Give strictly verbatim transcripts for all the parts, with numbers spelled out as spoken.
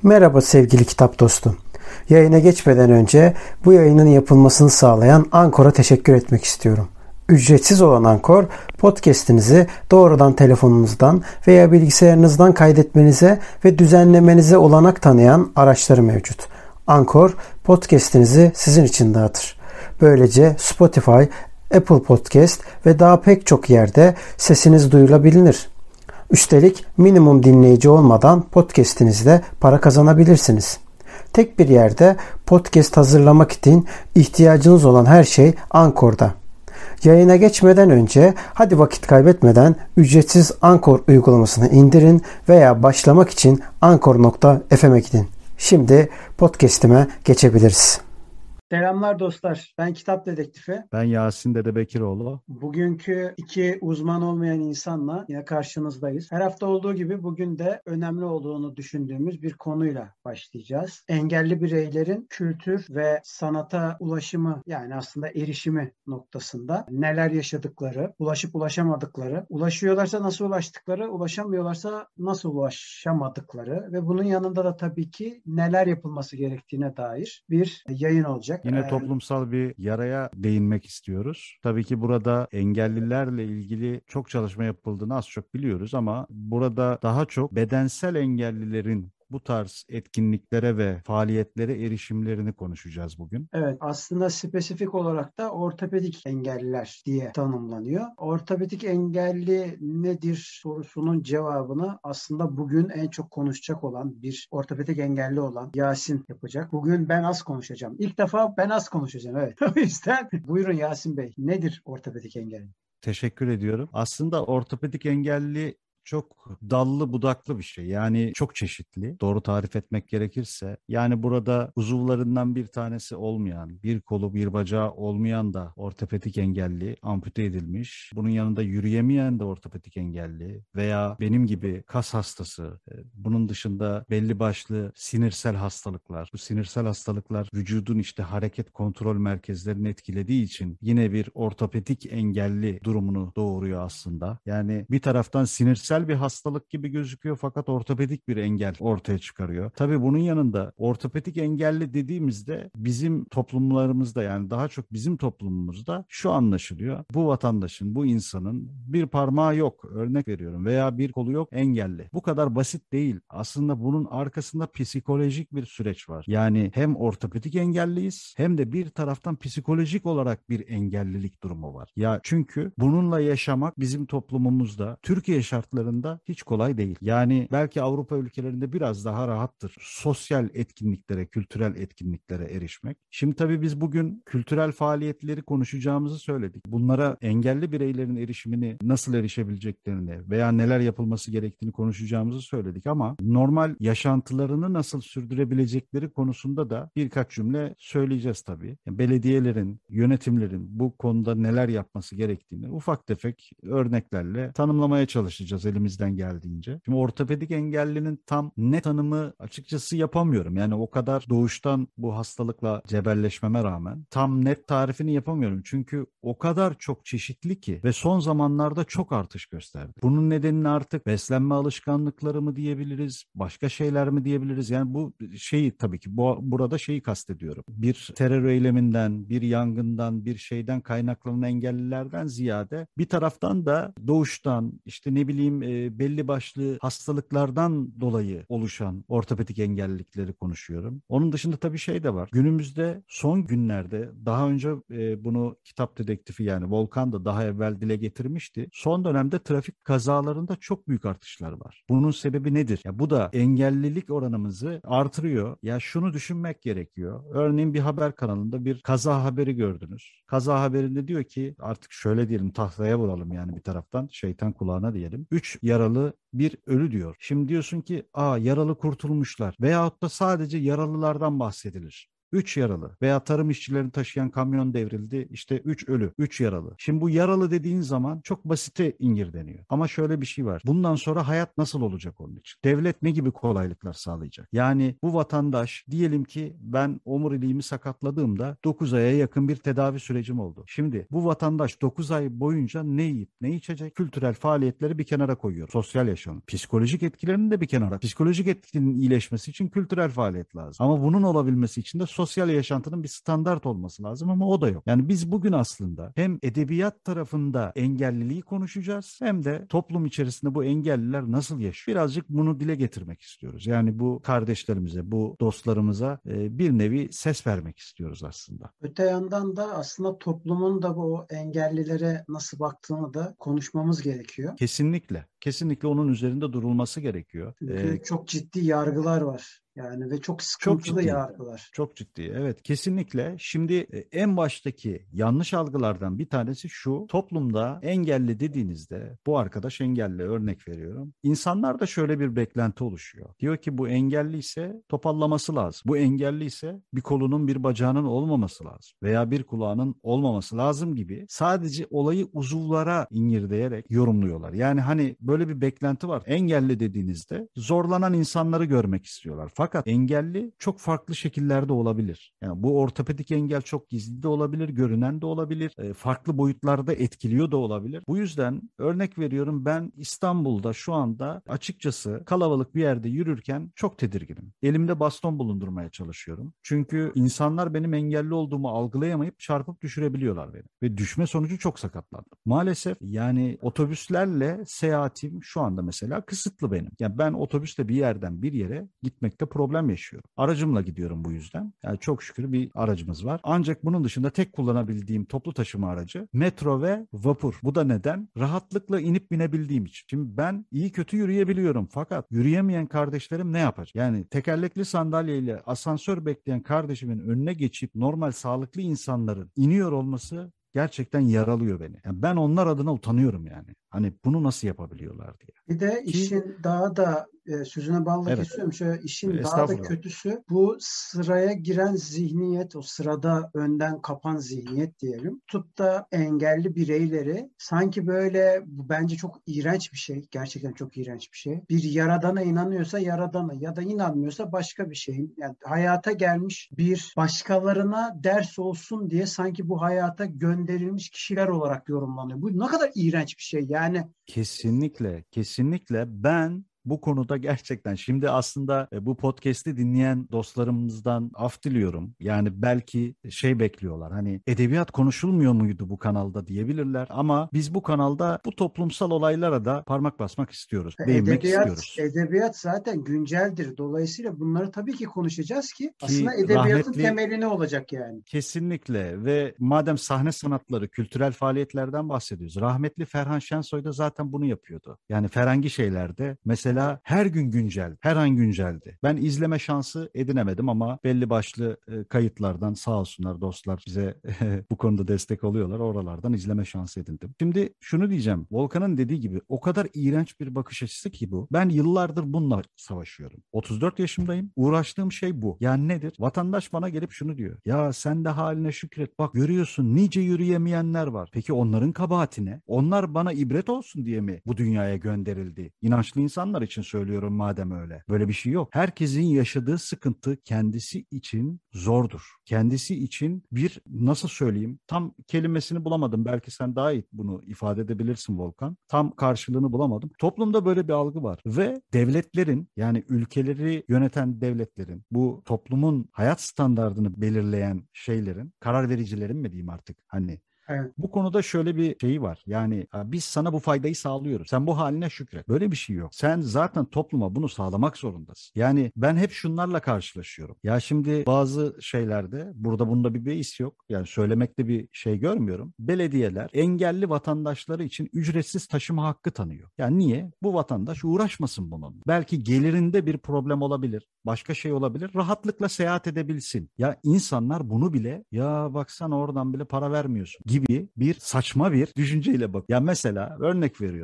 Merhaba sevgili kitap dostum. Yayına geçmeden önce bu yayının yapılmasını sağlayan Ankor'a teşekkür etmek istiyorum. Ücretsiz olan Ankor, podcast'inizi doğrudan telefonunuzdan veya bilgisayarınızdan kaydetmenize ve düzenlemenize olanak tanıyan araçları mevcut. Ankor, podcast'inizi sizin için dağıtır. Böylece Spotify, Apple Podcast ve daha pek çok yerde sesiniz duyulabilir. Üstelik minimum dinleyici olmadan podcast'inizde para kazanabilirsiniz. Tek bir yerde podcast hazırlamak için ihtiyacınız olan her şey Ankor'da. Yayına geçmeden önce hadi vakit kaybetmeden ücretsiz Ankor uygulamasını indirin veya başlamak için ankor nokta f m'e gidin. Şimdi podcast'ime geçebiliriz. Selamlar dostlar. Ben Kitap Dedektifi. Ben Yasin Dede Bekiroğlu. Bugünkü iki uzman olmayan insanla yine karşınızdayız. Her hafta olduğu gibi bugün de önemli olduğunu düşündüğümüz bir konuyla başlayacağız. Engelli bireylerin kültür ve sanata ulaşımı, yani aslında erişimi noktasında neler yaşadıkları, ulaşıp ulaşamadıkları, ulaşıyorlarsa nasıl ulaştıkları, ulaşamıyorlarsa nasıl ulaşamadıkları ve bunun yanında da tabii ki neler yapılması gerektiğine dair bir yayın olacak. Yine Ee, toplumsal bir yaraya değinmek istiyoruz. Tabii ki burada engellilerle ilgili çok çalışma yapıldığını az çok biliyoruz ama burada daha çok bedensel engellilerin bu tarz etkinliklere ve faaliyetlere erişimlerini konuşacağız bugün. Evet, aslında spesifik olarak da ortopedik engelliler diye tanımlanıyor. Ortopedik engelli nedir sorusunun cevabını aslında bugün en çok konuşacak olan, bir ortopedik engelli olan Yasin yapacak. Bugün ben az konuşacağım. İlk defa ben az konuşacağım, evet. O yüzden buyurun Yasin Bey, nedir ortopedik engelli? Teşekkür ediyorum. Aslında ortopedik engelli çok dallı budaklı bir şey. Yani çok çeşitli. Doğru tarif etmek gerekirse. Yani burada uzuvlarından bir tanesi olmayan, bir kolu bir bacağı olmayan da ortopedik engelli, ampute edilmiş. Bunun yanında yürüyemeyen de ortopedik engelli veya benim gibi kas hastası. Bunun dışında belli başlı sinirsel hastalıklar. Bu sinirsel hastalıklar vücudun işte hareket kontrol merkezlerini etkilediği için yine bir ortopedik engelli durumunu doğuruyor aslında. Yani bir taraftan sinirsel bir hastalık gibi gözüküyor fakat ortopedik bir engel ortaya çıkarıyor. Tabii bunun yanında ortopedik engelli dediğimizde bizim toplumlarımızda, yani daha çok bizim toplumumuzda şu anlaşılıyor. Bu vatandaşın, bu insanın bir parmağı yok, örnek veriyorum, veya bir kolu yok, engelli. Bu kadar basit değil. Aslında bunun arkasında psikolojik bir süreç var. Yani hem ortopedik engelliyiz hem de bir taraftan psikolojik olarak bir engellilik durumu var. Ya çünkü bununla yaşamak bizim toplumumuzda, Türkiye şartları hiç kolay değil. Yani belki Avrupa ülkelerinde biraz daha rahattır sosyal etkinliklere, kültürel etkinliklere erişmek. Şimdi tabii biz bugün kültürel faaliyetleri konuşacağımızı söyledik. Bunlara engelli bireylerin erişimini nasıl erişebileceklerini veya neler yapılması gerektiğini konuşacağımızı söyledik ama normal yaşantılarını nasıl sürdürebilecekleri konusunda da birkaç cümle söyleyeceğiz tabii. Yani belediyelerin, yönetimlerin bu konuda neler yapması gerektiğini ufak tefek örneklerle tanımlamaya çalışacağız elimizden geldiğince. Şimdi ortopedik engellinin tam ne tanımı açıkçası yapamıyorum. Yani o kadar doğuştan bu hastalıkla cebelleşmeme rağmen tam net tarifini yapamıyorum. Çünkü o kadar çok çeşitli ki ve son zamanlarda çok artış gösterdi. Bunun nedenini artık beslenme alışkanlıkları mı diyebiliriz, başka şeyler mi diyebiliriz? Yani bu şeyi tabii ki bu, burada şeyi kastediyorum. Bir terör eyleminden, bir yangından, bir şeyden kaynaklanan engellilerden ziyade bir taraftan da doğuştan işte ne bileyim e, belli başlı hastalıklardan dolayı oluşan ortopedik engellilikleri konuşuyorum. Onun dışında tabii şey de var. Günümüzde son günlerde daha önce e, bunu Kitap Dedektifi yani Volkan da daha evvel dile getirmişti. Son dönemde trafik kazalarında çok büyük artışlar var. Bunun sebebi nedir? Ya bu da engellilik oranımızı artırıyor. Ya şunu düşünmek gerekiyor. Örneğin bir haber kanalında bir kaza haberi gördünüz. Kaza haberinde diyor ki, artık şöyle diyelim, tahtaya vuralım yani bir taraftan, şeytan kulağına diyelim. Üç yaralı, bir ölü diyor. Şimdi diyorsun ki aa, yaralı kurtulmuşlar veyahut da sadece yaralılardan bahsedilir. üç yaralı. Veya tarım işçilerini taşıyan kamyon devrildi, işte üç ölü, üç yaralı. Şimdi bu yaralı dediğin zaman çok basite ingirdeniyor. Ama şöyle bir şey var. Bundan sonra hayat nasıl olacak onun için? Devlet ne gibi kolaylıklar sağlayacak? Yani bu vatandaş, diyelim ki ben omuriliğimi sakatladığımda dokuz aya yakın bir tedavi sürecim oldu. Şimdi bu vatandaş dokuz ay boyunca ne yiyip ne içecek? Kültürel faaliyetleri bir kenara koyuyor. Sosyal yaşam. Psikolojik etkilerini de bir kenara. Psikolojik etkinin iyileşmesi için kültürel faaliyet lazım. Ama bunun olabilmesi için de sosyal yaşantının bir standart olması lazım, ama o da yok. Yani biz bugün aslında hem edebiyat tarafında engelliliği konuşacağız, hem de toplum içerisinde bu engelliler nasıl yaşıyor? Birazcık bunu dile getirmek istiyoruz. Yani bu kardeşlerimize, bu dostlarımıza e, bir nevi ses vermek istiyoruz aslında. Öte yandan da aslında toplumun da bu engellilere nasıl baktığını da konuşmamız gerekiyor. Kesinlikle. Kesinlikle onun üzerinde durulması gerekiyor. Çünkü Ee, çok ciddi yargılar var. Yani ve çok Çok sıkıntılı ciddi. yargılar. Çok ciddi. Evet, kesinlikle. Şimdi e, en baştaki yanlış algılardan bir tanesi şu: toplumda engelli dediğinizde, bu arkadaş engelli, örnek veriyorum, İnsanlarda şöyle bir beklenti oluşuyor. Diyor ki bu engelli ise topallaması lazım. Bu engelli ise bir kolunun bir bacağının olmaması lazım. Veya bir kulağının olmaması lazım gibi sadece olayı uzuvlara ingirdeyerek yorumluyorlar. Yani hani böyle bir beklenti var. Engelli dediğinizde zorlanan insanları görmek istiyorlar. Fakat engelli çok farklı şekillerde olabilir. Yani bu ortopedik engel çok gizli de olabilir, görünen de olabilir, e, farklı boyutlarda etkiliyor da olabilir. Bu yüzden örnek veriyorum, ben İstanbul'da şu anda açıkçası kalabalık bir yerde yürürken çok tedirginim. Elimde baston bulundurmaya çalışıyorum. Çünkü insanlar benim engelli olduğumu algılayamayıp çarpıp düşürebiliyorlar beni. Ve düşme sonucu çok sakatlandım. Maalesef yani otobüslerle seyahatim şu anda mesela kısıtlı benim. Yani ben otobüsle bir yerden bir yere gitmekte problem yaşıyorum. Aracımla gidiyorum bu yüzden. Yani çok şükür bir aracımız var. Ancak bunun dışında tek kullanabildiğim toplu taşıma aracı metro ve vapur. Bu da neden? Rahatlıkla inip binebildiğim için. Şimdi ben iyi kötü yürüyebiliyorum, fakat yürüyemeyen kardeşlerim ne yapacak? Yani tekerlekli sandalyeyle asansör bekleyen kardeşimin önüne geçip normal sağlıklı insanların iniyor olması gerçekten yaralıyor beni. Yani ben onlar adına utanıyorum yani. Hani bunu nasıl yapabiliyorlar diye. Bir de Ki işin daha da e, sözüne balla evet, kesiyorum. Şöyle işin daha da estağfurullah. kötüsü bu sıraya giren zihniyet, o sırada önden kapan zihniyet diyelim. Tut da engelli bireyleri sanki böyle, bu bence çok iğrenç bir şey. Gerçekten çok iğrenç bir şey. Bir yaradana inanıyorsa yaradana, ya da inanmıyorsa başka bir şeyin. Yani hayata gelmiş bir, başkalarına ders olsun diye sanki bu hayata gönderilmiş kişiler olarak yorumlanıyor. Bu ne kadar iğrenç bir şey. Yani Kesinlikle, kesinlikle ben bu konuda gerçekten şimdi aslında e, bu podcast'i dinleyen dostlarımızdan af diliyorum. Yani belki şey bekliyorlar, hani edebiyat konuşulmuyor muydu bu kanalda diyebilirler, ama biz bu kanalda bu toplumsal olaylara da parmak basmak istiyoruz, değinmek Edebiyat, istiyoruz. edebiyat zaten günceldir. Dolayısıyla bunları tabii ki konuşacağız ki aslında Ki edebiyatın rahmetli temeli ne olacak yani? Kesinlikle, ve madem sahne sanatları, kültürel faaliyetlerden bahsediyoruz, rahmetli Ferhan Şensoy da zaten bunu yapıyordu. Yani Ferengi şeylerde mesela her gün güncel, her an günceldi. Ben izleme şansı edinemedim, ama belli başlı e, kayıtlardan sağ olsunlar dostlar bize bu konuda destek oluyorlar. Oralardan izleme şansı edindim. Şimdi şunu diyeceğim. Volkan'ın dediği gibi o kadar iğrenç bir bakış açısı ki bu. Ben yıllardır bununla savaşıyorum. otuz dört yaşındayım. Uğraştığım şey bu. Yani nedir? Vatandaş bana gelip şunu diyor: ya sen de haline şükret. Bak görüyorsun nice yürüyemeyenler var. Peki onların kabahati ne? Onlar bana ibret olsun diye mi bu dünyaya gönderildi? İnançlı insanlar için söylüyorum madem öyle. Böyle bir şey yok. Herkesin yaşadığı sıkıntı kendisi için zordur. Kendisi için bir, nasıl söyleyeyim? Tam kelimesini bulamadım. Belki sen daha iyi bunu ifade edebilirsin Volkan. Tam karşılığını bulamadım. Toplumda böyle bir algı var ve devletlerin, yani ülkeleri yöneten devletlerin, bu toplumun hayat standardını belirleyen şeylerin, karar vericilerin mi diyeyim artık, hani Evet. bu konuda şöyle bir şeyi var. Yani biz sana bu faydayı sağlıyoruz. Sen bu haline şükret. Böyle bir şey yok. Sen zaten topluma bunu sağlamak zorundasın. Yani ben hep şunlarla karşılaşıyorum. Ya şimdi bazı şeylerde, burada bunda bir beis yok. Yani söylemekte bir şey görmüyorum. Belediyeler engelli vatandaşları için ücretsiz taşıma hakkı tanıyor. Yani niye? Bu vatandaş uğraşmasın bunun. Belki gelirinde bir problem olabilir. Başka şey olabilir. Rahatlıkla seyahat edebilsin. Ya insanlar bunu bile, ya baksana oradan bile para vermiyorsun gibi bir saçma bir düşünceyle bak. Ya mesela örnek veriyorum.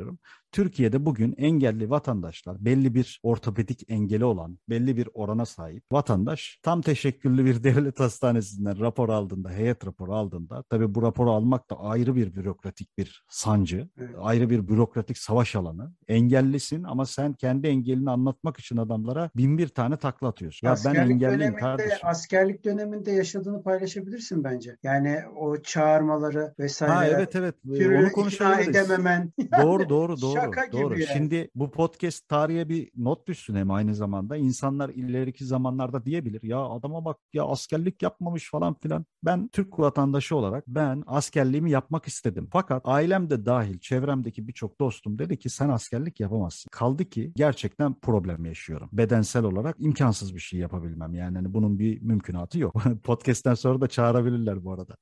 Türkiye'de bugün engelli vatandaşlar, belli bir ortopedik engeli olan, belli bir orana sahip vatandaş tam teşekküllü bir devlet hastanesinden rapor aldığında, heyet raporu aldığında, tabii bu raporu almak da ayrı bir bürokratik bir sancı, Evet. ayrı bir bürokratik savaş alanı. Engellisin ama sen kendi engelini anlatmak için adamlara bin bir tane takla atıyorsun. Ya ben Askerlik engelliyim döneminde kardeşim. askerlik döneminde yaşadığını paylaşabilirsin bence. Yani o çağırmaları Ha, vesaireler, evet evet, bir Ee, türlü onu ikna konuşabiliriz. edememen. Doğru Yani doğru doğru şaka doğru. gibi yani. Şimdi bu podcast tarihe bir not düşsün hem aynı zamanda. İnsanlar ileriki zamanlarda diyebilir ya adama bak ya askerlik yapmamış falan filan. Ben Türk vatandaşı olarak ben askerliğimi yapmak istedim. Fakat ailem de dahil çevremdeki birçok dostum dedi ki sen askerlik yapamazsın. Kaldı ki gerçekten problem yaşıyorum. Bedensel olarak imkansız bir şey yapabilmem. Yani hani bunun bir mümkünatı yok. Podcast'ten sonra da çağırabilirler bu arada.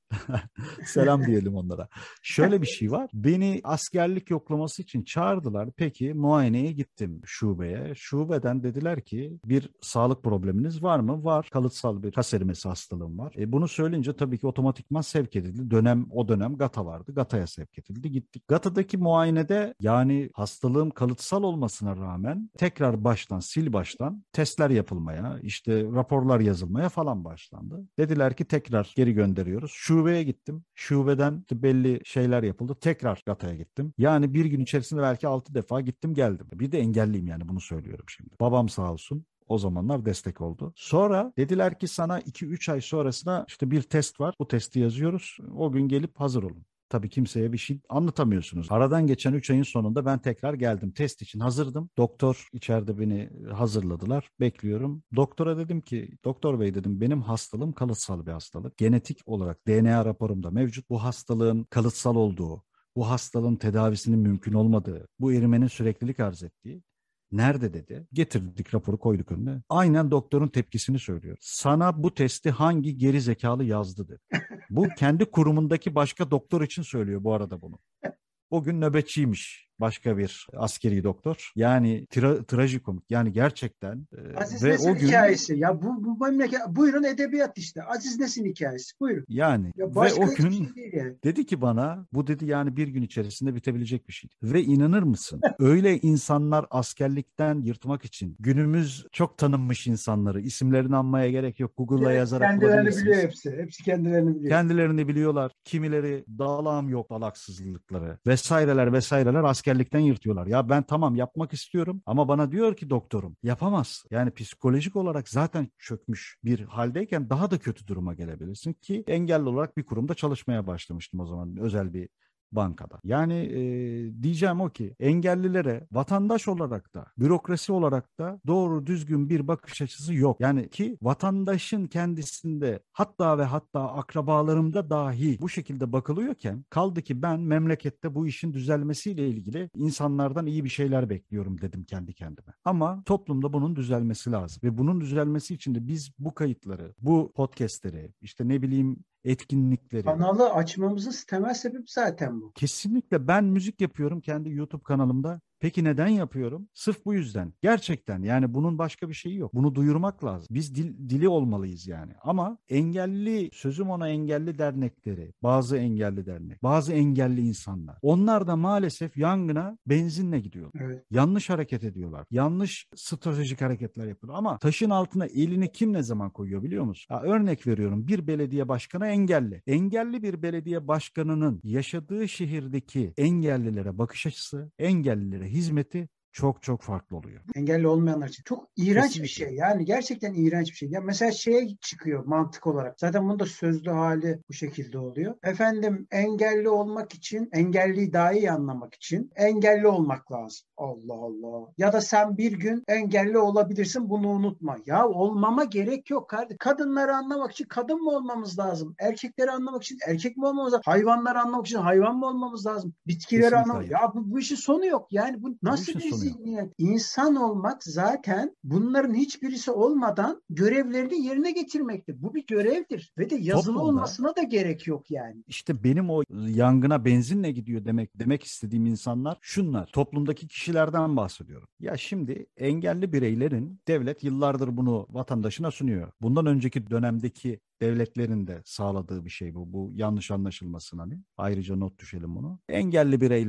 Selam diyelim onlara. Şöyle bir şey var. Beni askerlik yoklaması için çağırdılar. Peki muayeneye gittim şubeye. Şubeden dediler ki bir sağlık probleminiz var mı? Var. Kalıtsal bir kas erimesi hastalığım var. E bunu söyleyince tabii ki otomatikman sevk edildi. Dönem o dönem GATA vardı. GATA'ya sevk edildi. Gittik. GATA'daki muayenede yani hastalığım kalıtsal olmasına rağmen tekrar baştan sil baştan testler yapılmaya, işte raporlar yazılmaya falan başlandı. Dediler ki tekrar geri gönderiyoruz. Şubeye gittim. Şubeden belli şeyler yapıldı. Tekrar GATA'ya gittim. Yani bir gün içerisinde belki altı defa gittim geldim. Bir de engelliyim yani bunu söylüyorum şimdi. Babam sağ olsun. O zamanlar destek oldu. Sonra dediler ki sana iki üç ay sonrasında işte bir test var. Bu testi yazıyoruz. O gün gelip hazır olun. Tabii kimseye bir şey anlatamıyorsunuz. Aradan geçen üç ayın sonunda ben tekrar geldim. Test için hazırdım. Doktor içeride beni hazırladılar. Bekliyorum. Doktora dedim ki doktor bey dedim benim hastalığım kalıtsal bir hastalık. Genetik olarak D N A raporumda mevcut. Bu hastalığın kalıtsal olduğu, bu hastalığın tedavisinin mümkün olmadığı, bu erimenin süreklilik arz ettiği. Nerede dedi. Getirdik raporu koyduk önüne. Aynen doktorun tepkisini söylüyor. Sana bu testi hangi geri zekalı yazdı dedi. Bu kendi kurumundaki başka doktor için söylüyor bu arada bunu. O gün nöbetçiymiş başka bir askeri doktor. Yani tra trajikomik. Yani gerçekten e, Aziz ve Nesin o gün hikayesi. Ya bu, bu memleket, buyurun edebiyat işte. Aziz Nesin hikayesi. Buyurun. yani Ya ve başka o hiçbir gün şey değil yani. dedi ki bana bu dedi yani bir gün içerisinde bitebilecek bir şey. Ve inanır mısın? Öyle insanlar askerlikten yırtmak için günümüz çok tanınmış insanları isimlerini anmaya gerek yok. Google'la yazarak Kendilerini biliyor bulabilirsiniz. hepsi. Hepsi kendilerini biliyor. Kendilerini biliyorlar. Kimileri dağlağım yok dalaksızlıkları vesaireler vesaireler askerlikten yırtıyorlar. Ya ben tamam yapmak istiyorum ama bana diyor ki doktorum yapamaz. Yani psikolojik olarak zaten çökmüş bir haldeyken daha da kötü duruma gelebilirsin ki engelli olarak bir kurumda çalışmaya başlamıştım o zaman özel bir bankada. Yani e, diyeceğim o ki engellilere vatandaş olarak da bürokrasi olarak da doğru düzgün bir bakış açısı yok. Yani ki vatandaşın kendisinde hatta ve hatta akrabalarımda dahi bu şekilde bakılıyorken kaldı ki ben memlekette bu işin düzelmesiyle ilgili insanlardan iyi bir şeyler bekliyorum dedim kendi kendime. Ama toplumda bunun düzelmesi lazım ve bunun düzelmesi için de biz bu kayıtları, bu podcastleri, işte ne bileyim etkinlikleri. Kanalı açmamızın temel sebebi zaten bu. Kesinlikle ben müzik yapıyorum kendi YouTube kanalımda. Peki neden yapıyorum? Sırf bu yüzden. Gerçekten yani bunun başka bir şeyi yok. Bunu duyurmak lazım. Biz dil, dili olmalıyız yani. Ama engelli, sözüm ona engelli dernekleri, bazı engelli dernek, bazı engelli insanlar. Onlar da maalesef yangına benzinle gidiyor. Evet. Yanlış hareket ediyorlar. Yanlış stratejik hareketler yapıyorlar. Ama taşın altına elini kim ne zaman koyuyor biliyor musun? Ya örnek veriyorum bir belediye başkanı engelli. Engelli bir belediye başkanının yaşadığı şehirdeki engellilere bakış açısı, engellilere hizmeti çok çok farklı oluyor. Engelli olmayanlar için. Çok iğrenç bir Kesinlikle. şey. Yani gerçekten iğrenç bir şey. Ya mesela şeye çıkıyor mantık olarak. Zaten bunun da sözlü hali bu şekilde oluyor. Efendim engelli olmak için, engelliyi daha iyi anlamak için engelli olmak lazım. Allah Allah. Ya da sen bir gün engelli olabilirsin bunu unutma. Ya olmama gerek yok kardeşim. Kadınları anlamak için kadın mı olmamız lazım? Erkekleri anlamak için erkek mi olmamız lazım? Hayvanları anlamak için hayvan mı olmamız lazım? Bitkileri Kesinlikle anlamak. hayır. Ya bu, bu işin sonu yok. Yani bu Bu nasıl işin bir sonu yok. zihniyet? İnsan olmak zaten bunların hiçbirisi olmadan görevlerini yerine getirmektir. Bu bir görevdir ve de yazılı Toplumda olmasına da gerek yok yani. İşte benim o yangına benzinle gidiyor demek demek istediğim insanlar şunlar. Toplumdaki kişilerden bahsediyorum. Ya şimdi engelli bireylerin devlet yıllardır bunu vatandaşına sunuyor. Bundan önceki dönemdeki devletlerin de sağladığı bir şey bu. Bu yanlış anlaşılmasın hani. Ayrıca not düşelim bunu. Engelli bireyler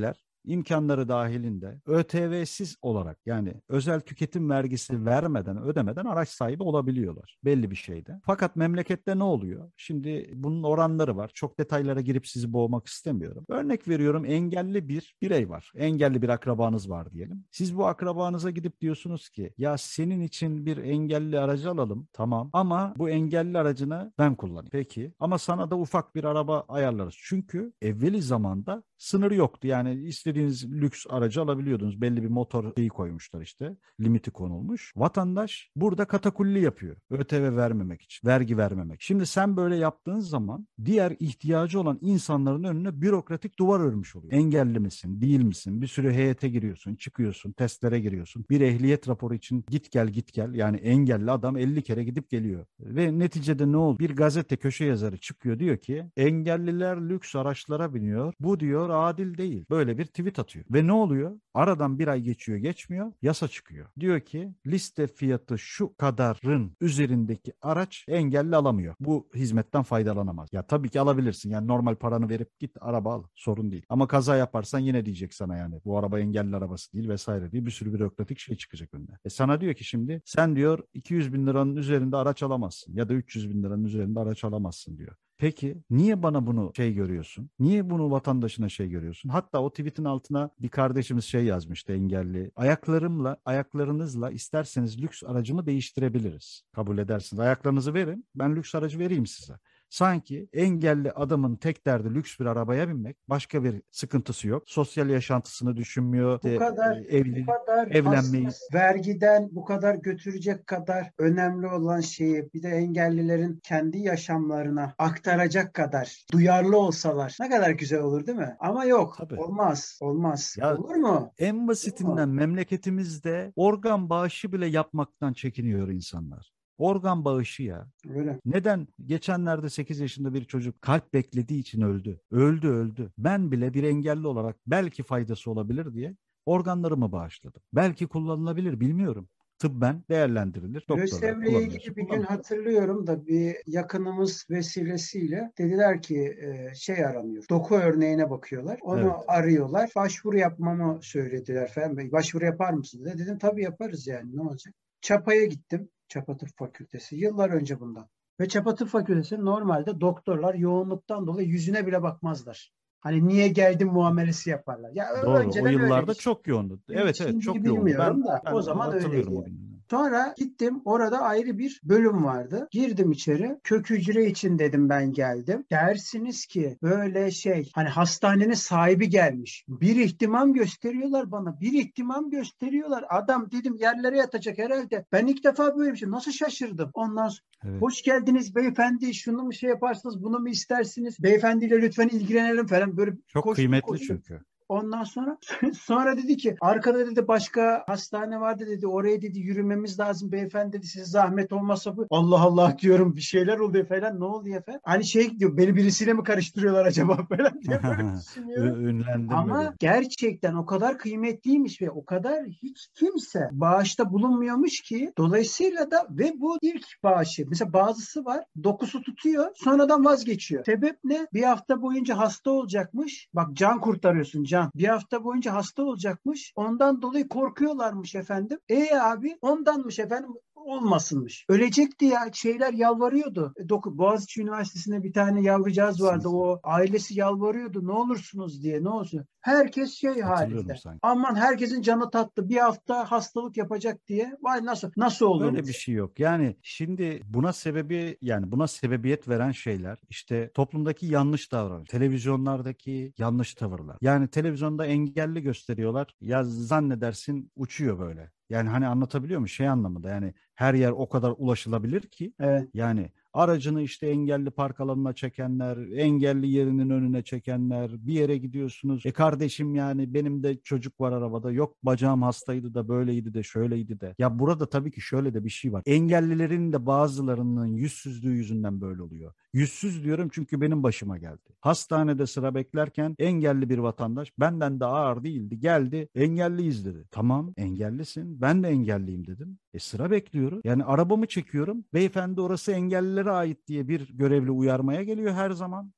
imkanları dahilinde ÖTV'siz olarak, yani özel tüketim vergisi vermeden, ödemeden araç sahibi olabiliyorlar belli bir şeyde. Fakat memlekette ne oluyor? Şimdi bunun oranları var. Çok detaylara girip sizi boğmak istemiyorum. Örnek veriyorum, engelli bir birey var. Engelli bir akrabanız var diyelim. Siz bu akrabanıza gidip diyorsunuz ki ya senin için bir engelli aracı alalım. Tamam, ama bu engelli aracını ben kullanayım. Peki, ama sana da ufak bir araba ayarlarız. Çünkü evveli zamanda sınır yoktu. Yani istediğiniz lüks aracı alabiliyordunuz. Belli bir motor şeyi koymuşlar işte. Limiti konulmuş. Vatandaş burada katakulli yapıyor. ÖTV vermemek için. Vergi vermemek. Şimdi sen böyle yaptığın zaman diğer ihtiyacı olan insanların önüne bürokratik duvar örmüş oluyor. Engelli misin? Değil misin? Bir sürü heyete giriyorsun. Çıkıyorsun. Testlere giriyorsun. Bir ehliyet raporu için git gel git gel. Yani engelli adam elli kere gidip geliyor. Ve neticede ne oldu? Bir gazete köşe yazarı çıkıyor, diyor ki engelliler lüks araçlara biniyor. Bu diyor adil değil. Böyle bir tweet atıyor. Ve ne oluyor? Aradan bir ay geçiyor geçmiyor. Yasa çıkıyor. Diyor ki liste fiyatı şu kadarın üzerindeki araç engelli alamıyor. Bu hizmetten faydalanamaz. Ya tabii ki alabilirsin. Yani normal paranı verip git araba al. Sorun değil. Ama kaza yaparsan yine diyecek sana yani bu araba engelli arabası değil vesaire diye bir sürü bürokratik şey çıkacak önüne. E sana diyor ki şimdi sen diyor iki yüz bin liranın üzerinde araç alamazsın ya da üç yüz bin liranın üzerinde araç alamazsın diyor. Peki niye bana bunu şey görüyorsun? Niye bunu vatandaşına şey görüyorsun? Hatta o tweetin altına bir kardeşimiz şey yazmıştı, engelli. Ayaklarımla, ayaklarınızla isterseniz lüks aracımı değiştirebiliriz. Kabul edersiniz. Ayaklarınızı verin, ben lüks aracı vereyim size. Sanki engelli adamın tek derdi lüks bir arabaya binmek, başka bir sıkıntısı yok. Sosyal yaşantısını düşünmüyor. Bu İşte, kadar e, evli, bu kadar evlenmeyi. hassas, vergiden bu kadar götürecek kadar önemli olan şeyi bir de engellilerin kendi yaşamlarına aktaracak kadar duyarlı olsalar ne kadar güzel olur değil mi? Ama yok. Tabii. Olmaz. Olmaz. Ya Olur mu? en basitinden memleketimizde organ bağışı bile yapmaktan çekiniyor insanlar. Organ bağışı ya. Öyle. Neden? Geçenlerde sekiz yaşında bir çocuk kalp beklediği için öldü. Öldü öldü. Ben bile bir engelli olarak belki faydası olabilir diye organlarımı bağışladım. Belki kullanılabilir, bilmiyorum. Tıbben değerlendirilir. Doktorlar LÖSEV'le kullanılıyorsa ilgili bir gün kullanılır. hatırlıyorum da bir yakınımız vesilesiyle dediler ki e, şey aranıyor. Doku örneğine bakıyorlar. Onu Evet. arıyorlar. Başvuru yapmamı söylediler falan. Başvuru yapar mısınız? Dedim tabii yaparız yani ne olacak? Çapa'ya gittim. Çapa Tıp Fakültesi. Yıllar önce bundan. Ve Çapa Tıp Fakültesi normalde doktorlar yoğunluktan dolayı yüzüne bile bakmazlar. Hani niye geldin muamelesi yaparlar. Ya Doğru. O önceden yıllarda öyleymiş. çok yoğundu. Evet evet Şimdi çok yoğundu. bilmiyorum Ben da ben o zaman öyleydi. hatırlıyorum o Yani. günleri. Sonra gittim, orada ayrı bir bölüm vardı. Girdim içeri. Kök hücre için dedim ben geldim. Dersiniz ki böyle şey hani hastanenin sahibi gelmiş. Bir ihtimam gösteriyorlar bana. Bir ihtimam gösteriyorlar. Adam dedim yerlere yatacak herhalde. Ben ilk defa böyle bir şey. Nasıl şaşırdım. Ondan sonra Evet. hoş geldiniz beyefendi. Şunu mu şey yaparsınız, bunu mu istersiniz? Beyefendiyle lütfen ilgilenelim falan. Böyle Çok koştum, kıymetli koştum. çünkü. Ondan sonra sonra dedi ki arkada dedi başka hastane vardı dedi. Oraya dedi yürümemiz lazım beyefendi dedi. Size zahmet olmasa bu. Allah Allah diyorum bir şeyler oluyor falan. Ne oldu efendim? Hani şey diyor beni birisiyle mi karıştırıyorlar acaba falan diye böyle düşünüyorum. Ünlendim mi Ama diye. gerçekten o kadar kıymetliymiş ve o kadar hiç kimse bağışta bulunmuyormuş ki dolayısıyla da ve bu ilk bağışı. Mesela bazısı var dokusu tutuyor sonradan vazgeçiyor. Sebep ne? Bir hafta boyunca hasta olacakmış. Bak can kurtarıyorsun can. Bir hafta boyunca hasta olacakmış. Ondan dolayı korkuyorlarmış efendim. E abi ondanmış efendim olmasınmış. Ölecekti ya şeyler yalvarıyordu. Doku, Boğaziçi Üniversitesi'nde bir tane yavrucağız vardı. O ailesi yalvarıyordu. Ne olursunuz diye ne olsun. Herkes şey Hatırlıyorum halinde. sanki. Aman herkesin canı tatlı. Bir hafta hastalık yapacak diye. Vay nasıl nasıl olurmuş? Öyle bir şey yok. Yani şimdi buna sebebi yani buna sebebiyet veren şeyler işte toplumdaki yanlış davranış, televizyonlardaki yanlış tavırlar. Yani televizyonda engelli gösteriyorlar. Ya zannedersin uçuyor böyle. Yani hani anlatabiliyor muyum? Şey anlamında yani her yer o kadar ulaşılabilir ki. Evet. Yani aracını işte engelli park alanına çekenler, engelli yerinin önüne çekenler, bir yere gidiyorsunuz. E kardeşim yani benim de çocuk var arabada. Yok bacağım hastaydı da böyleydi de şöyleydi de. Ya burada tabii ki şöyle de bir şey var. Engellilerin de bazılarının yüzsüzlüğü yüzünden böyle oluyor. Yüzsüz diyorum çünkü benim başıma geldi. Hastanede sıra beklerken engelli bir vatandaş benden de ağır değildi. Geldi engelliyiz dedi. Tamam engellisin. Ben de engelliyim dedim. E sıra bekliyoruz. Yani arabamı çekiyorum. Beyefendi orası engellilere ait diye bir görevli uyarmaya geliyor her zaman.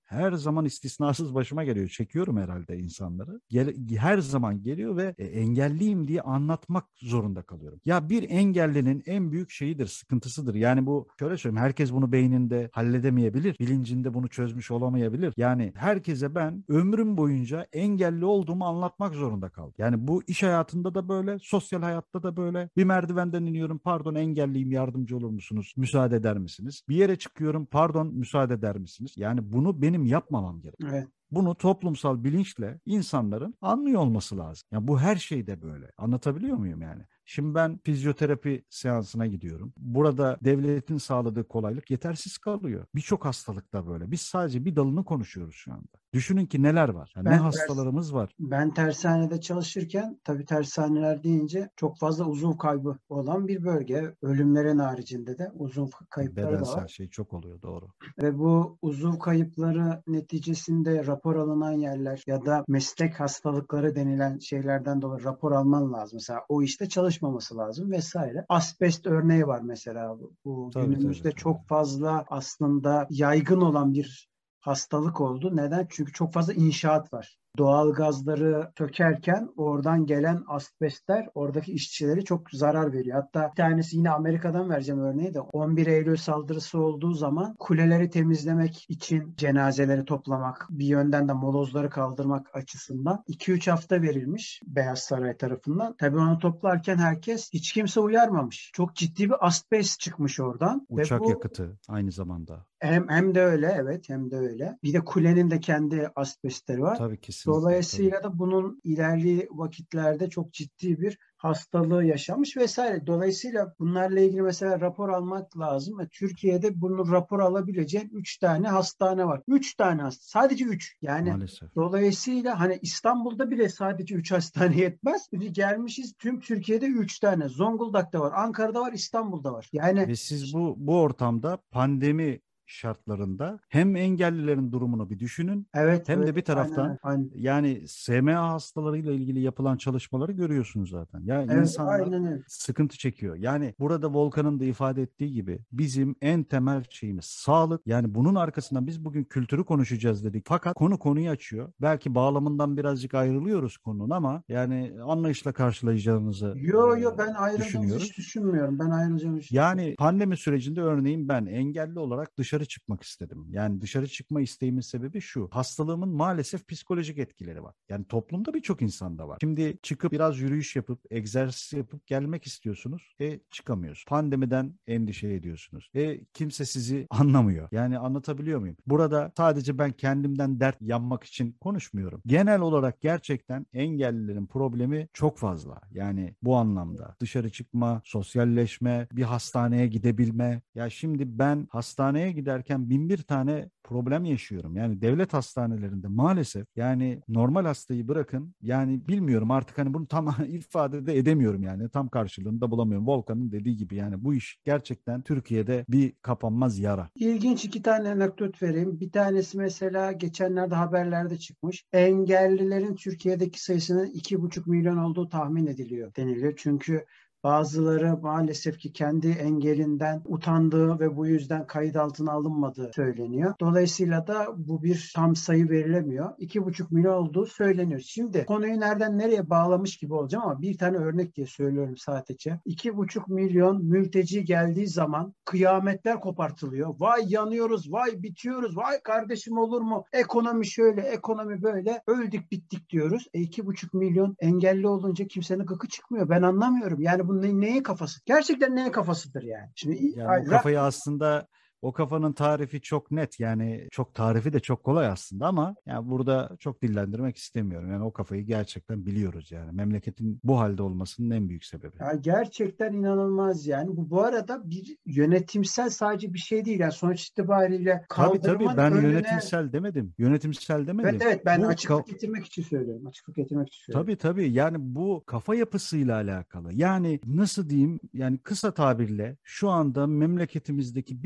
her zaman istisnasız başıma geliyor. Çekiyorum herhalde insanları. Gel, her zaman geliyor ve e, engelliyim diye anlatmak zorunda kalıyorum. Ya bir engellinin en büyük şeyidir, sıkıntısıdır. Yani bu şöyle söyleyeyim, herkes bunu beyninde halledemeyebilir. Bilincinde bunu çözmüş olamayabilir. Yani herkese ben ömrüm boyunca engelli olduğumu anlatmak zorunda kaldım. Yani bu iş hayatında da böyle, sosyal hayatta da böyle. Bir merdivenden iniyorum, pardon engelliyim, yardımcı olur musunuz? Müsaade eder misiniz? Bir yere çıkıyorum, pardon müsaade eder misiniz? Yani bunu benim yapmamam gerek. Evet. Bunu toplumsal bilinçle insanların anlıyor olması lazım. Yani bu her şeyde böyle. Anlatabiliyor muyum yani? Şimdi ben fizyoterapi seansına gidiyorum. Burada devletin sağladığı kolaylık yetersiz kalıyor. Birçok hastalıkta böyle. Biz sadece bir dalını konuşuyoruz şu anda. Düşünün ki neler var. Yani ne Ben ters, hastalarımız var. ben tersanede çalışırken, tabii tersaneler deyince çok fazla uzuv kaybı olan bir bölge. Ölümlerin haricinde de uzuv kayıpları da Bedensel var. şey çok oluyor, doğru. Ve bu uzuv kayıpları neticesinde rapor alınan yerler ya da meslek hastalıkları denilen şeylerden dolayı rapor alman lazım. Mesela o işte çalışmaması lazım vesaire. Asbest örneği var mesela. Bu, bu Tabii, günümüzde tabii, tabii. çok fazla aslında yaygın olan bir hastalık oldu. Neden? Çünkü çok fazla inşaat var. Doğal gazları sökerken oradan gelen asbestler oradaki işçileri çok zarar veriyor. Hatta bir tanesi, yine Amerika'dan vereceğim örneği de, on bir Eylül saldırısı olduğu zaman kuleleri temizlemek için cenazeleri toplamak, bir yönden de molozları kaldırmak açısından iki üç hafta verilmiş Beyaz Saray tarafından. Tabii onu toplarken herkes, hiç kimse uyarmamış. Çok ciddi bir asbest çıkmış oradan. Uçak Ve bu yakıtı aynı zamanda. hem, hem de öyle, evet, hem de öyle. Bir de kulenin de kendi asbestleri var. Tabii, kesinlikle. Dolayısıyla Tabii. da bunun ilerli vakitlerde çok ciddi bir hastalığı yaşamış vesaire. Dolayısıyla bunlarla ilgili mesela rapor almak lazım. Ve Türkiye'de bunu rapor alabileceğin üç tane hastane var. üç tane hastane. Sadece üç. Yani Maalesef. dolayısıyla hani İstanbul'da bile sadece üç hastane yetmez. Biz gelmişiz tüm Türkiye'de üç tane. Zonguldak'ta var, Ankara'da var, İstanbul'da var. Yani Ve siz bu bu ortamda pandemi şartlarında hem engellilerin durumunu bir düşünün, evet, hem evet, de bir aynen taraftan öyle. Aynen. yani S M A hastalarıyla ilgili yapılan çalışmaları görüyorsunuz zaten. Ya Evet, insanlar aynen öyle. sıkıntı çekiyor. Yani burada Volkan'ın da ifade ettiği gibi bizim en temel şeyimiz sağlık. Yani bunun arkasından biz bugün kültürü konuşacağız dedik. Fakat konu konuyu açıyor. Belki bağlamından birazcık ayrılıyoruz konunun ama yani anlayışla karşılayacağınızı Yo e, yo, ben ayrıldığımızı hiç düşünüyoruz. düşünmüyorum. Ben ayrılacağımı hiç düşünmüyorum. Yani pandemi sürecinde örneğin ben engelli olarak dışarı çıkmak istedim. Yani dışarı çıkma isteğimin sebebi şu. Hastalığımın maalesef psikolojik etkileri var. Yani toplumda birçok insanda var. Şimdi çıkıp biraz yürüyüş yapıp, egzersiz yapıp gelmek istiyorsunuz. E çıkamıyorsunuz. Pandemiden endişe ediyorsunuz. E kimse sizi anlamıyor. Yani anlatabiliyor muyum? Burada sadece ben kendimden dert yanmak için konuşmuyorum. Genel olarak gerçekten engellilerin problemi çok fazla. Yani bu anlamda dışarı çıkma, sosyalleşme, bir hastaneye gidebilme. Ya şimdi ben hastaneye giderken bin bir tane problem yaşıyorum. Yani devlet hastanelerinde maalesef, yani normal hastayı bırakın, yani bilmiyorum artık, hani bunu tam ifade de edemiyorum, yani tam karşılığını da bulamıyorum. Volkan'ın dediği gibi yani bu iş gerçekten Türkiye'de bir kapanmaz yara. İlginç iki tane anekdot vereyim. Bir tanesi mesela geçenlerde haberlerde çıkmış. Engellilerin Türkiye'deki sayısının iki buçuk milyon olduğu tahmin ediliyor deniliyor. Çünkü bazıları maalesef ki kendi engelinden utandığı ve bu yüzden kayıt altına alınmadığı söyleniyor. Dolayısıyla da bu bir tam sayı verilemiyor. iki buçuk milyon olduğu söyleniyor. Şimdi konuyu nereden nereye bağlamış gibi olacağım ama bir tane örnek diye söylüyorum sadece. iki buçuk milyon mülteci geldiği zaman kıyametler kopartılıyor. Vay yanıyoruz, vay bitiyoruz, vay kardeşim olur mu? Ekonomi şöyle, ekonomi böyle. Öldük bittik diyoruz. E iki buçuk milyon engelli olunca kimsenin gıkı çıkmıyor. Ben anlamıyorum. Yani bu ne, neye kafası? Gerçekten neye kafasıdır yani? Şimdi Yani o kafayı aslında, o kafanın tarifi çok net, yani çok tarifi de çok kolay aslında ama yani burada çok dillendirmek istemiyorum. Yani o kafayı gerçekten biliyoruz yani. Memleketin bu halde olmasının en büyük sebebi. Ya gerçekten inanılmaz yani. Bu bu arada bir yönetimsel sadece bir şey değil. Yani sonuç itibariyle Tabii tabii, kaldırımın ben önüne. yönetimsel demedim. Yönetimsel Evet, demedim. evet, ben Bu açıklık ka- getirmek için söylüyorum. Açıklık getirmek için söylüyorum. Tabii tabii, yani bu kafa yapısıyla alakalı. Yani nasıl diyeyim, yani kısa tabirle şu anda memleketimizdeki birçok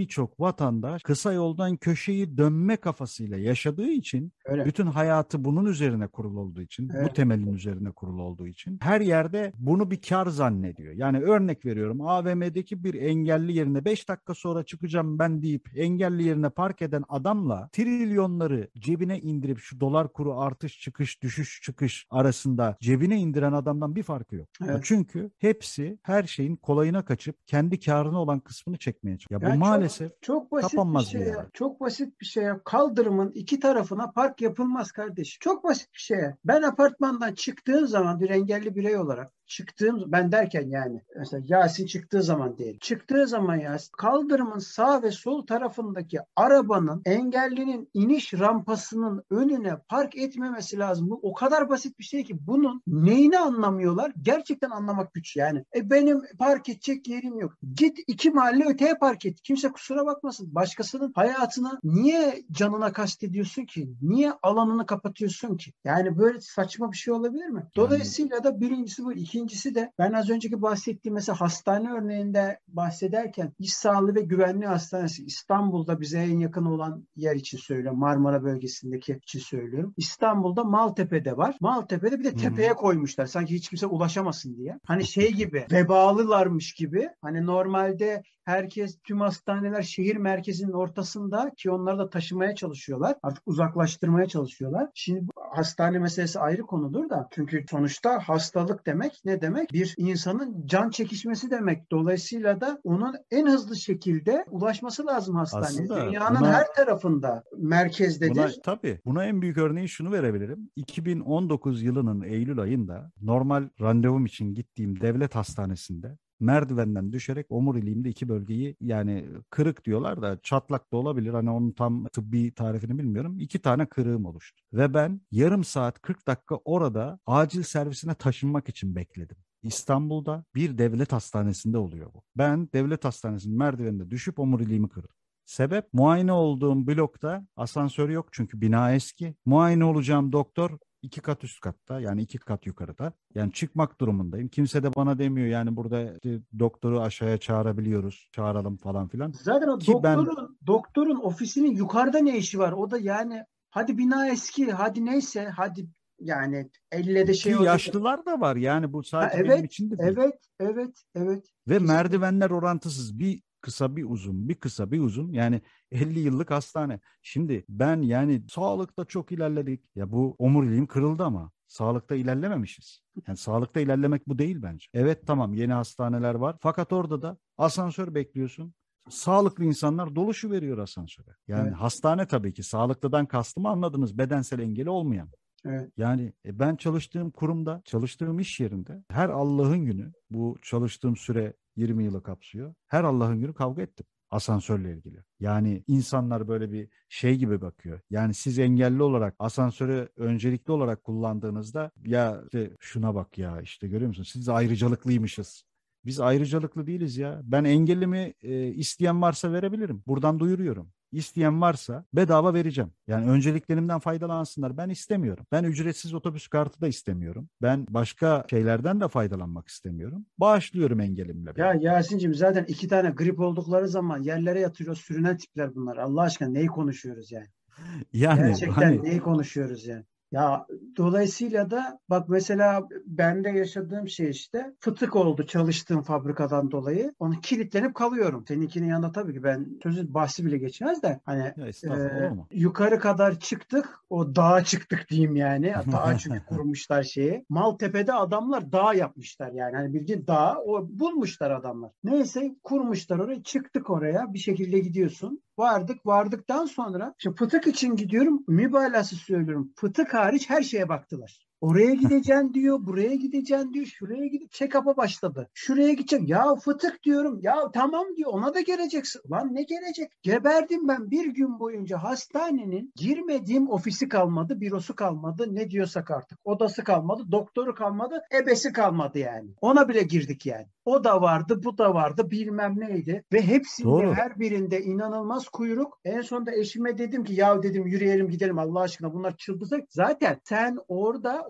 vatandaş kısa yoldan köşeyi dönme kafasıyla yaşadığı için, Öyle. bütün hayatı bunun üzerine kurulu olduğu için, Evet. bu temelin üzerine kurulu olduğu için her yerde bunu bir kar zannediyor. Yani örnek veriyorum, A V M'deki bir engelli yerine beş dakika sonra çıkacağım ben deyip engelli yerine park eden adamla trilyonları cebine indirip şu dolar kuru artış çıkış düşüş çıkış arasında cebine indiren adamdan bir farkı yok. Evet. Çünkü hepsi her şeyin kolayına kaçıp kendi karına olan kısmını çekmeye çalışıyor. Ya Yani bu maalesef çok, çok basit bir kapanmaz şey bir ya. yara. Çok basit bir şey ya. Kaldırımın iki tarafına park yapılmaz kardeşim. Çok basit bir şey ya. Ben apartmandan çıktığım zaman bir engelli birey olarak çıktığım, ben derken yani mesela Yasin çıktığı zaman değil. Çıktığı zaman Yasin, kaldırımın sağ ve sol tarafındaki arabanın engellinin iniş rampasının önüne park etmemesi lazım. Bu o kadar basit bir şey ki bunun neyini anlamıyorlar? Gerçekten anlamak güç yani. E benim park edecek yerim yok. Git iki mahalle öteye park et. Kimse kusura bakmasın. Başkasının hayatına niye canına kastediyorsun ki? Niye alanını kapatıyorsun ki? Yani böyle saçma bir şey olabilir mi? Dolayısıyla da birincisi bu. İkincisi de ben az önceki bahsettiğim mesela hastane örneğinde bahsederken İş Sağlığı ve Güvenliği Hastanesi İstanbul'da bize en yakın olan yer için söylüyorum. Marmara bölgesindeki için söylüyorum. İstanbul'da Maltepe'de var. Maltepe'de bir de tepeye Hı-hı. koymuşlar. Sanki hiç kimse ulaşamasın diye. Hani şey gibi vebalılarmış gibi. Hani normalde herkes, tüm hastaneler şehir merkezinin ortasında ki onları da taşımaya çalışıyorlar. Artık uzaklaştırmaya çalışıyorlar. Şimdi hastane meselesi ayrı konudur da. Çünkü sonuçta hastalık demek ne demek? Bir insanın can çekişmesi demek. Dolayısıyla da onun en hızlı şekilde ulaşması lazım hastaneye. Aslında Dünyanın buna, her tarafında merkezdedir. Buna, tabii. Buna en büyük örneği şunu verebilirim. iki bin on dokuz yılının Eylül ayında normal randevum için gittiğim devlet hastanesinde merdivenden düşerek omuriliğimde iki bölgeyi, yani kırık diyorlar da çatlak da olabilir. Hani onun tam tıbbi tarifini bilmiyorum. İki tane kırığım oluştu. Ve ben yarım saat kırk dakika orada acil servisine taşınmak için bekledim. İstanbul'da bir devlet hastanesinde oluyor bu. Ben devlet hastanesinin merdiveninde düşüp omuriliğimi kırdım. Sebep, muayene olduğum blokta asansör yok çünkü bina eski. Muayene olacağım doktor iki kat üst katta, yani iki kat yukarıda. Yani çıkmak durumundayım. Kimse de bana demiyor yani burada işte doktoru aşağıya çağırabiliyoruz, çağıralım falan filan. Zaten o Ki doktorun, ben... doktorun ofisinin yukarıda ne işi var? O da yani hadi bina eski, hadi neyse, hadi yani elle de şey Ki olacak. yaşlılar da var yani, bu sadece ha, evet, benim için de değil. Evet, evet, evet. Ve Kesinlikle. merdivenler orantısız, bir kısa bir uzun, bir kısa bir uzun, yani elli yıllık hastane. Şimdi ben yani sağlıkta çok ilerledik. Ya bu omuriliğim kırıldı ama sağlıkta ilerlememişiz. Yani sağlıkta ilerlemek bu değil bence. Evet, tamam, yeni hastaneler var. Fakat orada da asansör bekliyorsun. Sağlıklı insanlar doluşu veriyor asansöre. Yani Evet. hastane tabii ki, sağlıklıdan kastımı anladınız. Bedensel engeli olmayan. Evet. Yani e, ben çalıştığım kurumda, çalıştığım iş yerinde her Allah'ın günü, bu çalıştığım süre yirmi yılı kapsıyor. Her Allah'ın günü kavga ettim asansörle ilgili. Yani insanlar böyle bir şey gibi bakıyor. Yani siz engelli olarak asansörü öncelikli olarak kullandığınızda ya işte şuna bak ya, işte görüyor musun? Siz ayrıcalıklıymışız. Biz ayrıcalıklı değiliz ya. Ben engellimi e, isteyen varsa verebilirim. Buradan duyuruyorum. İsteyen varsa bedava vereceğim. Yani önceliklerimden faydalansınlar. Ben istemiyorum. Ben ücretsiz otobüs kartı da istemiyorum. Ben başka şeylerden de faydalanmak istemiyorum. Bağışlıyorum engelimle. Ya Yasin'cim, zaten iki tane grip oldukları zaman yerlere yatırıyor sürünen tipler bunlar. Allah aşkına neyi konuşuyoruz yani? Yani Gerçekten hani... neyi konuşuyoruz yani? Ya dolayısıyla da bak mesela bende yaşadığım şey işte fıtık oldu çalıştığım fabrikadan dolayı. Onu kilitlenip kalıyorum. Seninkinin yanında tabii ki ben sözü bahsi bile geçmez de hani Ya e, estağfurullah, olur mu? yukarı kadar çıktık. O dağa çıktık diyeyim yani. Dağa çünkü kurmuşlar şeyi. Maltepe'de adamlar dağ yapmışlar yani. Hani bildiğin dağ o bulmuşlar adamlar. Neyse kurmuşlar oraya, çıktık oraya bir şekilde gidiyorsun. Vardık. Vardıktan sonra şimdi fıtık için gidiyorum. Mübalağası söylüyorum. Fıtık hariç her şeye baktılar. Oraya gideceksin diyor, buraya gideceksin diyor, şuraya gidip check-up'a başladı. Şuraya gideceksin. Ya fıtık diyorum. Ya tamam diyor, ona da geleceksin. Lan ne gelecek? Geberdim ben bir gün boyunca, hastanenin girmediğim ofisi kalmadı, bürosu kalmadı. Ne diyorsak artık. Odası kalmadı, doktoru kalmadı, ebesi kalmadı yani. Ona bile girdik yani. O da vardı, bu da vardı, bilmem neydi. Ve hepsinde, Doğru. her birinde inanılmaz kuyruk. En sonunda eşime dedim ki ya dedim yürüyelim gidelim Allah aşkına, bunlar çıldıracak. Zaten sen orada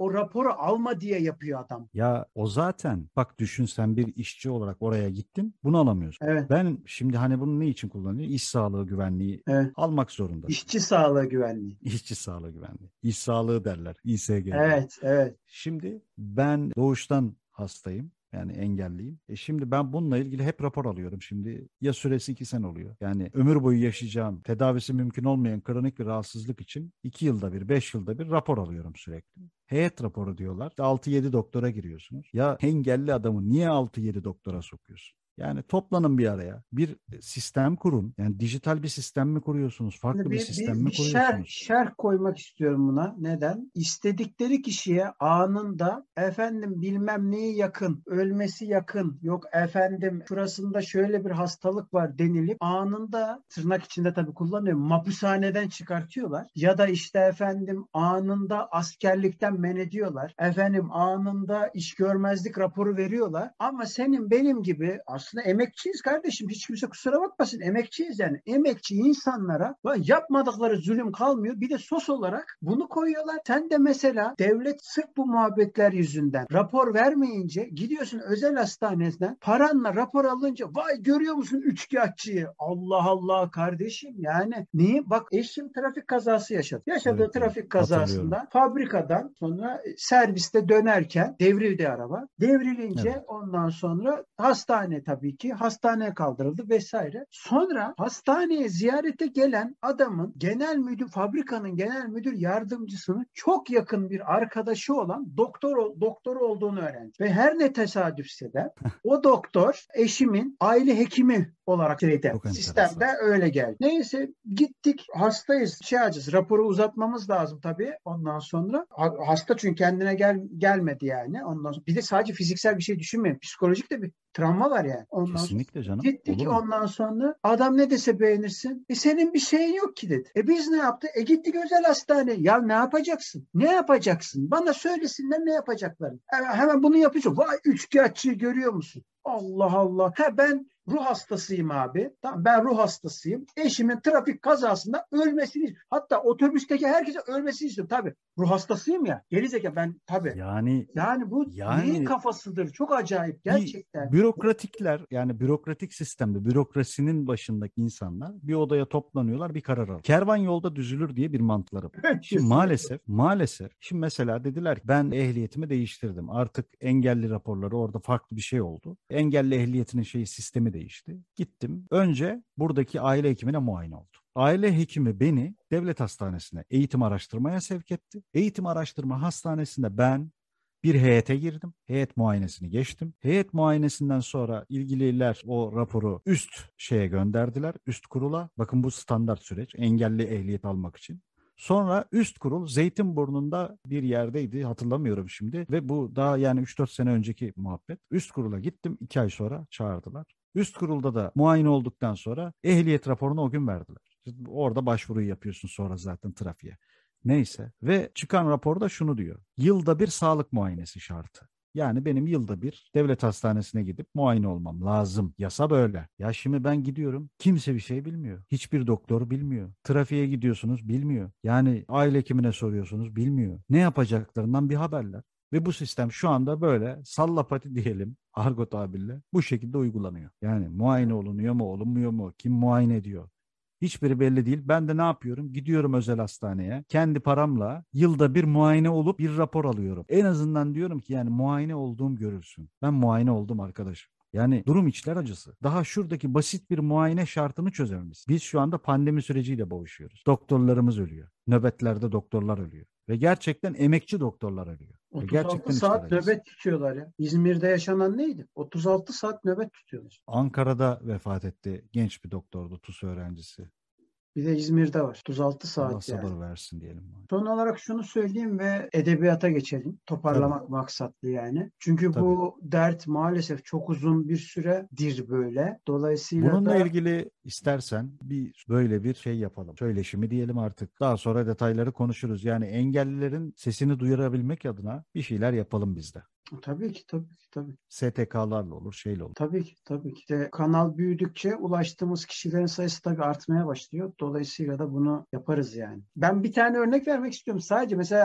o raporu alma diye yapıyor adam. Ya o zaten bak düşün sen bir işçi olarak oraya gittin bunu alamıyorsun. Evet. Ben şimdi hani bunu ne için kullanıyor? İş sağlığı güvenliği Evet. almak zorunda. İşçi sağlığı güvenliği. İşçi sağlığı güvenliği. İş sağlığı derler. İ S G diye. Evet, evet. Şimdi ben doğuştan hastayım. Yani engelliyim. E şimdi ben bununla ilgili hep rapor alıyorum şimdi. Ya süresi iki sene oluyor. Yani ömür boyu yaşayacağım, tedavisi mümkün olmayan kronik bir rahatsızlık için iki yılda bir, beş yılda bir rapor alıyorum sürekli. Heyet raporu diyorlar. altı yedi doktora giriyorsunuz. Ya engelli adamı niye altı yedi doktora sokuyorsun? Yani toplanın bir araya. Bir sistem kurun. Yani dijital bir sistem mi kuruyorsunuz? Farklı bir, bir, sistem bir, mi bir şer, kuruyorsunuz? şerh koymak istiyorum buna. Neden? İstedikleri kişiye anında efendim bilmem neyi yakın, ölmesi yakın, yok efendim şurasında şöyle bir hastalık var denilip anında tırnak içinde tabii kullanıyorum. Mapushaneden çıkartıyorlar. Ya da işte efendim anında askerlikten men ediyorlar. Efendim anında iş görmezlik raporu veriyorlar. Ama senin benim gibi aslında emekçiyiz kardeşim. Hiç kimse kusura bakmasın. Emekçiyiz yani. Emekçi insanlara yapmadıkları zulüm kalmıyor. Bir de sos olarak bunu koyuyorlar. Sen de mesela devlet sırf bu muhabbetler yüzünden rapor vermeyince gidiyorsun özel hastanesinden paranla rapor alınca vay görüyor musun üçkağıtçıyı? Allah Allah kardeşim yani niye? Bak eşim trafik kazası yaşadı. Yaşadığı Evet, evet. trafik kazasında Hatırlıyorum. fabrikadan sonra serviste dönerken devrildi araba. Devrilince Evet. ondan sonra hastane tabii ki hastaneye kaldırıldı vesaire. Sonra hastaneye ziyarete gelen adamın genel müdür, fabrikanın genel müdür yardımcısının çok yakın bir arkadaşı olan doktor doktor olduğunu öğrendi. Ve her ne tesadüfse de o doktor eşimin aile hekimi olarak şeyde, Çok sistemde enteresan. öyle geldi. Neyse gittik hastayız şey yapacağız raporu uzatmamız lazım tabii ondan sonra. Hasta çünkü kendine gel, gelmedi yani. Ondan sonra, bir de sadece fiziksel bir şey düşünmeyin. Psikolojik de bir travma var yani. Ondan sonra Kesinlikle canım. gittik Olur mu? ondan sonra adam ne dese beğenirsin. E senin bir şeyin yok ki dedi. E biz ne yaptık? E gittik özel hastane. Ya ne yapacaksın? Ne yapacaksın? Bana söylesinler ne yapacaklarını. Hemen, hemen bunu yapacağım. Vay üçkağıtçıyı görüyor musun? Allah Allah. Ha ben ruh hastasıyım abi. Tamam ben ruh hastasıyım. Eşimin trafik kazasında ölmesini hatta otobüsteki herkese ölmesini istiyorum. Tabii ruh hastasıyım ya. Gerizekalı ben tabii. Yani Yani bu neyin yani kafasıdır? Çok acayip bir gerçekten. bürokratikler yani bürokratik sistemde bürokrasinin başındaki insanlar bir odaya toplanıyorlar bir karar alıyor. Kervan yolda düzülür diye bir mantıkları var. Şimdi Kesinlikle. maalesef maalesef şimdi mesela dediler ki ben ehliyetimi değiştirdim. Artık engelli raporları orada farklı bir şey oldu. Engelli ehliyetinin şeyi sistemi değişti. Gittim. Önce buradaki aile hekimine muayene oldum. Aile hekimi beni devlet hastanesine eğitim araştırmaya sevk etti. Eğitim araştırma hastanesinde ben bir heyete girdim. Heyet muayenesini geçtim. Heyet muayenesinden sonra ilgililer o raporu üst şeye gönderdiler. Üst kurula. Bakın bu standart süreç. Engelli ehliyet almak için. Sonra üst kurul Zeytinburnu'nda bir yerdeydi hatırlamıyorum şimdi ve bu daha yani üç dört sene önceki muhabbet. Üst kurula gittim iki ay sonra çağırdılar. Üst kurulda da muayene olduktan sonra ehliyet raporunu o gün verdiler. Orada başvuruyu yapıyorsun sonra zaten trafiğe. Neyse ve çıkan raporda şunu diyor. Yılda bir sağlık muayenesi şartı. Yani benim yılda bir devlet hastanesine gidip muayene olmam lazım. Yasa böyle. Ya şimdi ben gidiyorum. Kimse bir şey bilmiyor. Hiçbir doktor bilmiyor. Trafiğe gidiyorsunuz bilmiyor. Yani aile hekimine soruyorsunuz bilmiyor. Ne yapacaklarından bir haberler. Ve bu sistem şu anda böyle sallapati diyelim argo tabirle bu şekilde uygulanıyor. Yani muayene olunuyor mu olunmuyor mu? Kim muayene ediyor? Hiçbiri belli değil. Ben de ne yapıyorum? Gidiyorum özel hastaneye. Kendi paramla yılda bir muayene olup bir rapor alıyorum. En azından diyorum ki yani muayene olduğum görülsün. Ben muayene oldum arkadaşım. Yani durum içler acısı. Daha şuradaki basit bir muayene şartını çözememiş. Biz şu anda pandemi süreciyle boğuşuyoruz. Doktorlarımız ölüyor. Nöbetlerde doktorlar ölüyor. Ve gerçekten emekçi doktorlar ölüyor. Ve otuz altı gerçekten içler saat acısı. nöbet tutuyorlar ya. İzmir'de yaşanan neydi? otuz altı saat nöbet tutuyorlar. Ankara'da vefat etti genç bir doktordu, TUS öğrencisi. Bir de İzmir'de var. otuz altı Allah saat yani. sabır versin diyelim. Son olarak şunu söyleyeyim ve edebiyata geçelim. Toparlamak Tabii. maksatlı yani. Çünkü Tabii. bu dert maalesef çok uzun bir süredir böyle. Dolayısıyla Bununla da ilgili istersen bir böyle bir şey yapalım. Söyleşimi diyelim artık. Daha sonra detayları konuşuruz. Yani engellilerin sesini duyurabilmek adına bir şeyler yapalım biz de. tabii ki tabii ki tabii. S T K'larla olur, şeyle olur. Tabii ki tabii ki de kanal büyüdükçe ulaştığımız kişilerin sayısı tabii artmaya başlıyor. Dolayısıyla da bunu yaparız yani. Ben bir tane örnek vermek istiyorum. Sadece mesela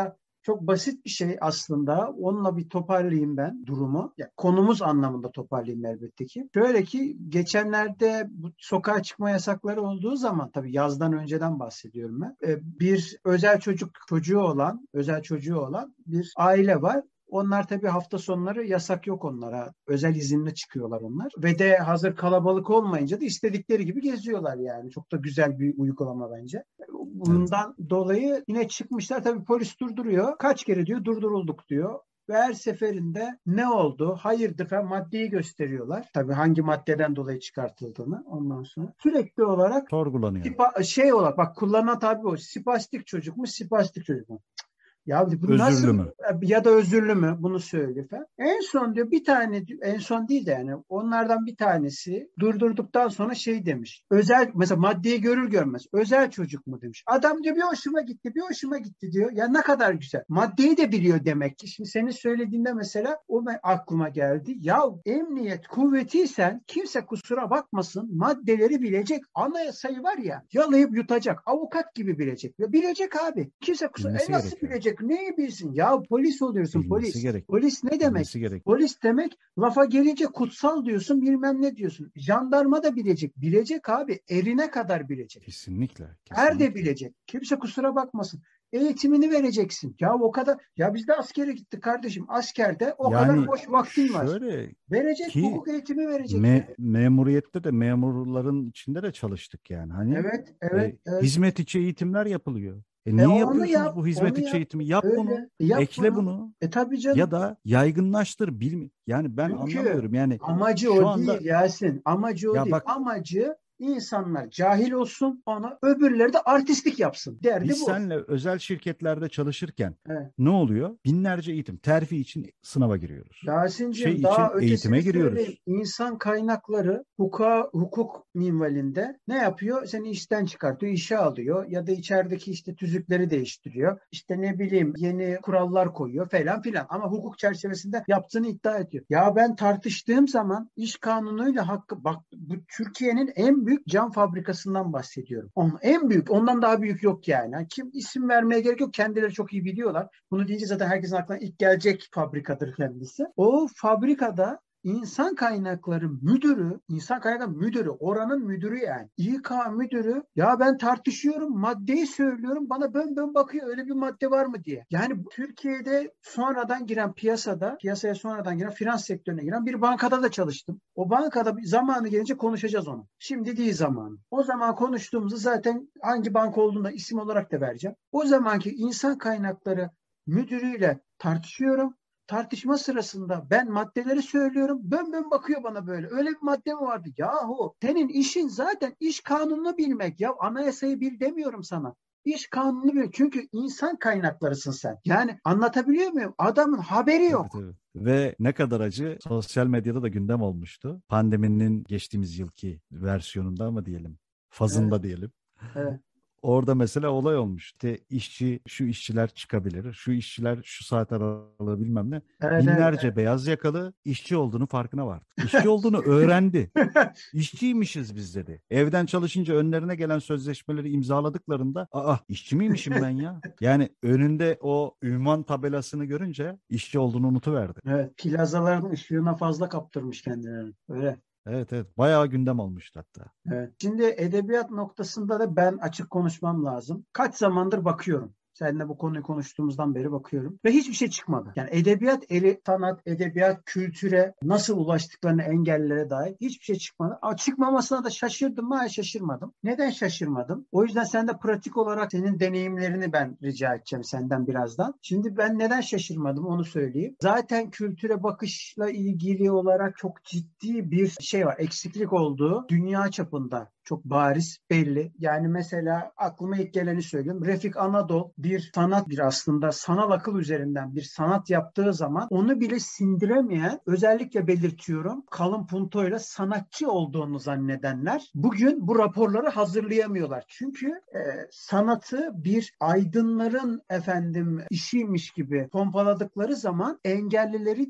çok basit bir şey aslında. Onunla bir toparlayayım ben durumu. Ya, konumuz anlamında toparlayayım elbette ki. Şöyle ki geçenlerde bu sokağa çıkma yasakları olduğu zaman, tabii yazdan önceden bahsediyorum ben. E, bir özel çocuk çocuğu olan, özel çocuğu olan bir aile var. Onlar tabii hafta sonları yasak yok onlara. Özel izinle çıkıyorlar onlar. Ve de hazır kalabalık olmayınca da istedikleri gibi geziyorlar yani. Çok da güzel bir uygulama bence. Bundan evet. dolayı yine çıkmışlar. Tabii polis durduruyor. Kaç kere diyor durdurulduk diyor. Ve her seferinde ne oldu? Hayırdır falan maddeyi gösteriyorlar. Tabii hangi maddeden dolayı çıkartıldığını ondan sonra. Sürekli olarak sorgulanıyor. Sipa, şey olarak bak kullanan tabii o. Spastik çocuk mu? Spastik çocuk mu? Ya bu özürlü nasıl mü? Ya da özürlü mü bunu söylüyor falan. En son diyor bir tane, en son değil de yani onlardan bir tanesi durdurduktan sonra şey demiş. Özel mesela maddeyi görür görmez özel çocuk mu demiş. Adam diyor bir hoşuma gitti bir hoşuma gitti diyor. Ya ne kadar güzel. Maddeyi de biliyor demek ki. Şimdi senin söylediğinde mesela o aklıma geldi. Ya emniyet kuvvetiysen kimse kusura bakmasın maddeleri bilecek. Anayasayı var ya yalayıp yutacak. Avukat gibi bilecek. Ya bilecek abi. Kimse kusura e nasıl gerekiyor. Bilecek? Neyi bilsin? Ya polis oluyorsun Bilmesi polis. Gerek. Polis ne demek? Polis demek lafa gelince kutsal diyorsun bilmem ne diyorsun. Jandarma da bilecek. Bilecek abi. Erine kadar bilecek. Kesinlikle. Her de bilecek. Kimse kusura bakmasın. Eğitimini vereceksin. Ya o kadar. Ya biz de askere gittik kardeşim. Askerde o yani, kadar boş vaktin var. Şöyle verecek ki, hukuk eğitimi verecek. Me- memuriyette de memurların içinde de çalıştık yani. Hani evet, evet, e, evet. hizmet içi eğitimler yapılıyor. E, e niye yapıyorsunuz yap, bu hizmet içi yap, eğitimi? Yap öyle, bunu. Yap ekle bunu. bunu. E tabii canım. Ya da yaygınlaştır. Bilmi yani ben Çünkü anlamıyorum. Yani amacı şu o anda değil Yasin. Amacı o ya değil. bak, Amacı insanlar cahil olsun, ona öbürleri de artistlik yapsın. Derdi biz bu. seninle özel şirketlerde çalışırken evet. ne oluyor? Binlerce eğitim, terfi için sınava giriyoruz. Yasin'cim Şey daha için eğitime ötesini giriyoruz. söyleyeyim. İnsan kaynakları hukuka, hukuk minvalinde ne yapıyor? Seni işten çıkartıyor, işe alıyor ya da içerideki işte tüzükleri değiştiriyor. İşte ne bileyim yeni kurallar koyuyor falan filan. Ama hukuk çerçevesinde yaptığını iddia ediyor. Ya ben tartıştığım zaman iş kanunuyla hakkı bak bu Türkiye'nin en büyük cam fabrikasından bahsediyorum. Onun en büyük, ondan daha büyük yok yani. Kim isim vermeye gerek yok. Kendileri çok iyi biliyorlar. Bunu deyince zaten herkesin aklına ilk gelecek fabrikadır kendisi. O fabrikada İnsan kaynakları müdürü, insan kaynakları müdürü, oranın müdürü yani. İK müdürü, ya ben tartışıyorum, maddeyi söylüyorum, bana bön bön bakıyor öyle bir madde var mı diye. Yani Türkiye'de sonradan giren piyasada, piyasaya sonradan giren finans sektörüne giren bir bankada da çalıştım. O bankada zamanı gelince konuşacağız onu. Şimdi değil zamanı. O zaman konuştuğumuzu zaten hangi banka olduğunu da isim olarak da vereceğim. O zamanki insan kaynakları müdürüyle tartışıyorum. Tartışma sırasında ben maddeleri söylüyorum. Bön bön bakıyor bana böyle. Öyle bir madde mi vardı? Yahu senin işin zaten iş kanununu bilmek. Ya anayasayı bil demiyorum sana. İş kanununu bil. Çünkü insan kaynaklarısın sen. Yani anlatabiliyor muyum? Adamın haberi yok. Tabii, tabii. Ve ne kadar acı sosyal medyada da gündem olmuştu. Pandeminin geçtiğimiz yılki versiyonunda mı diyelim? Fazında evet. diyelim. Evet. Orada mesela olay olmuş. İşte işçi, şu işçiler çıkabilir, şu işçiler şu saat aralığı bilmem ne. Evet, Binlerce evet. beyaz yakalı işçi olduğunu farkına vardı. İşçi olduğunu öğrendi. İşçiymişiz biz dedi. Evden çalışınca önlerine gelen sözleşmeleri imzaladıklarında aa işçi miymişim ben ya? Yani önünde o ünvan tabelasını görünce işçi olduğunu unutuverdi. Evet. Plazaların ışığına fazla kaptırmış kendilerini. Öyle. Evet evet bayağı gündem olmuştu hatta. Evet. Şimdi edebiyat noktasında da ben açık konuşmam lazım. Kaç zamandır bakıyorum. Seninle bu konuyu konuştuğumuzdan beri bakıyorum. Ve hiçbir şey çıkmadı. Yani edebiyat, eli, sanat, edebiyat, kültüre nasıl ulaştıklarını engellere dair hiçbir şey çıkmadı. Ama çıkmamasına da şaşırdım mı? Hayır şaşırmadım. Neden şaşırmadım? O yüzden sen de pratik olarak senin deneyimlerini ben rica edeceğim senden birazdan. Şimdi ben neden şaşırmadım onu söyleyeyim. Zaten kültüre bakışla ilgili olarak çok ciddi bir şey var. Eksiklik olduğu dünya çapında çok bariz, belli. Yani mesela aklıma ilk geleni söyleyeyim. Refik Anadol bir sanat, bir aslında sanal akıl üzerinden bir sanat yaptığı zaman onu bile sindiremeyen, özellikle belirtiyorum, kalın puntoyla sanatçı olduğunu zannedenler bugün bu raporları hazırlayamıyorlar. Çünkü e, sanatı bir aydınların efendim işiymiş gibi pompaladıkları zaman engellileri de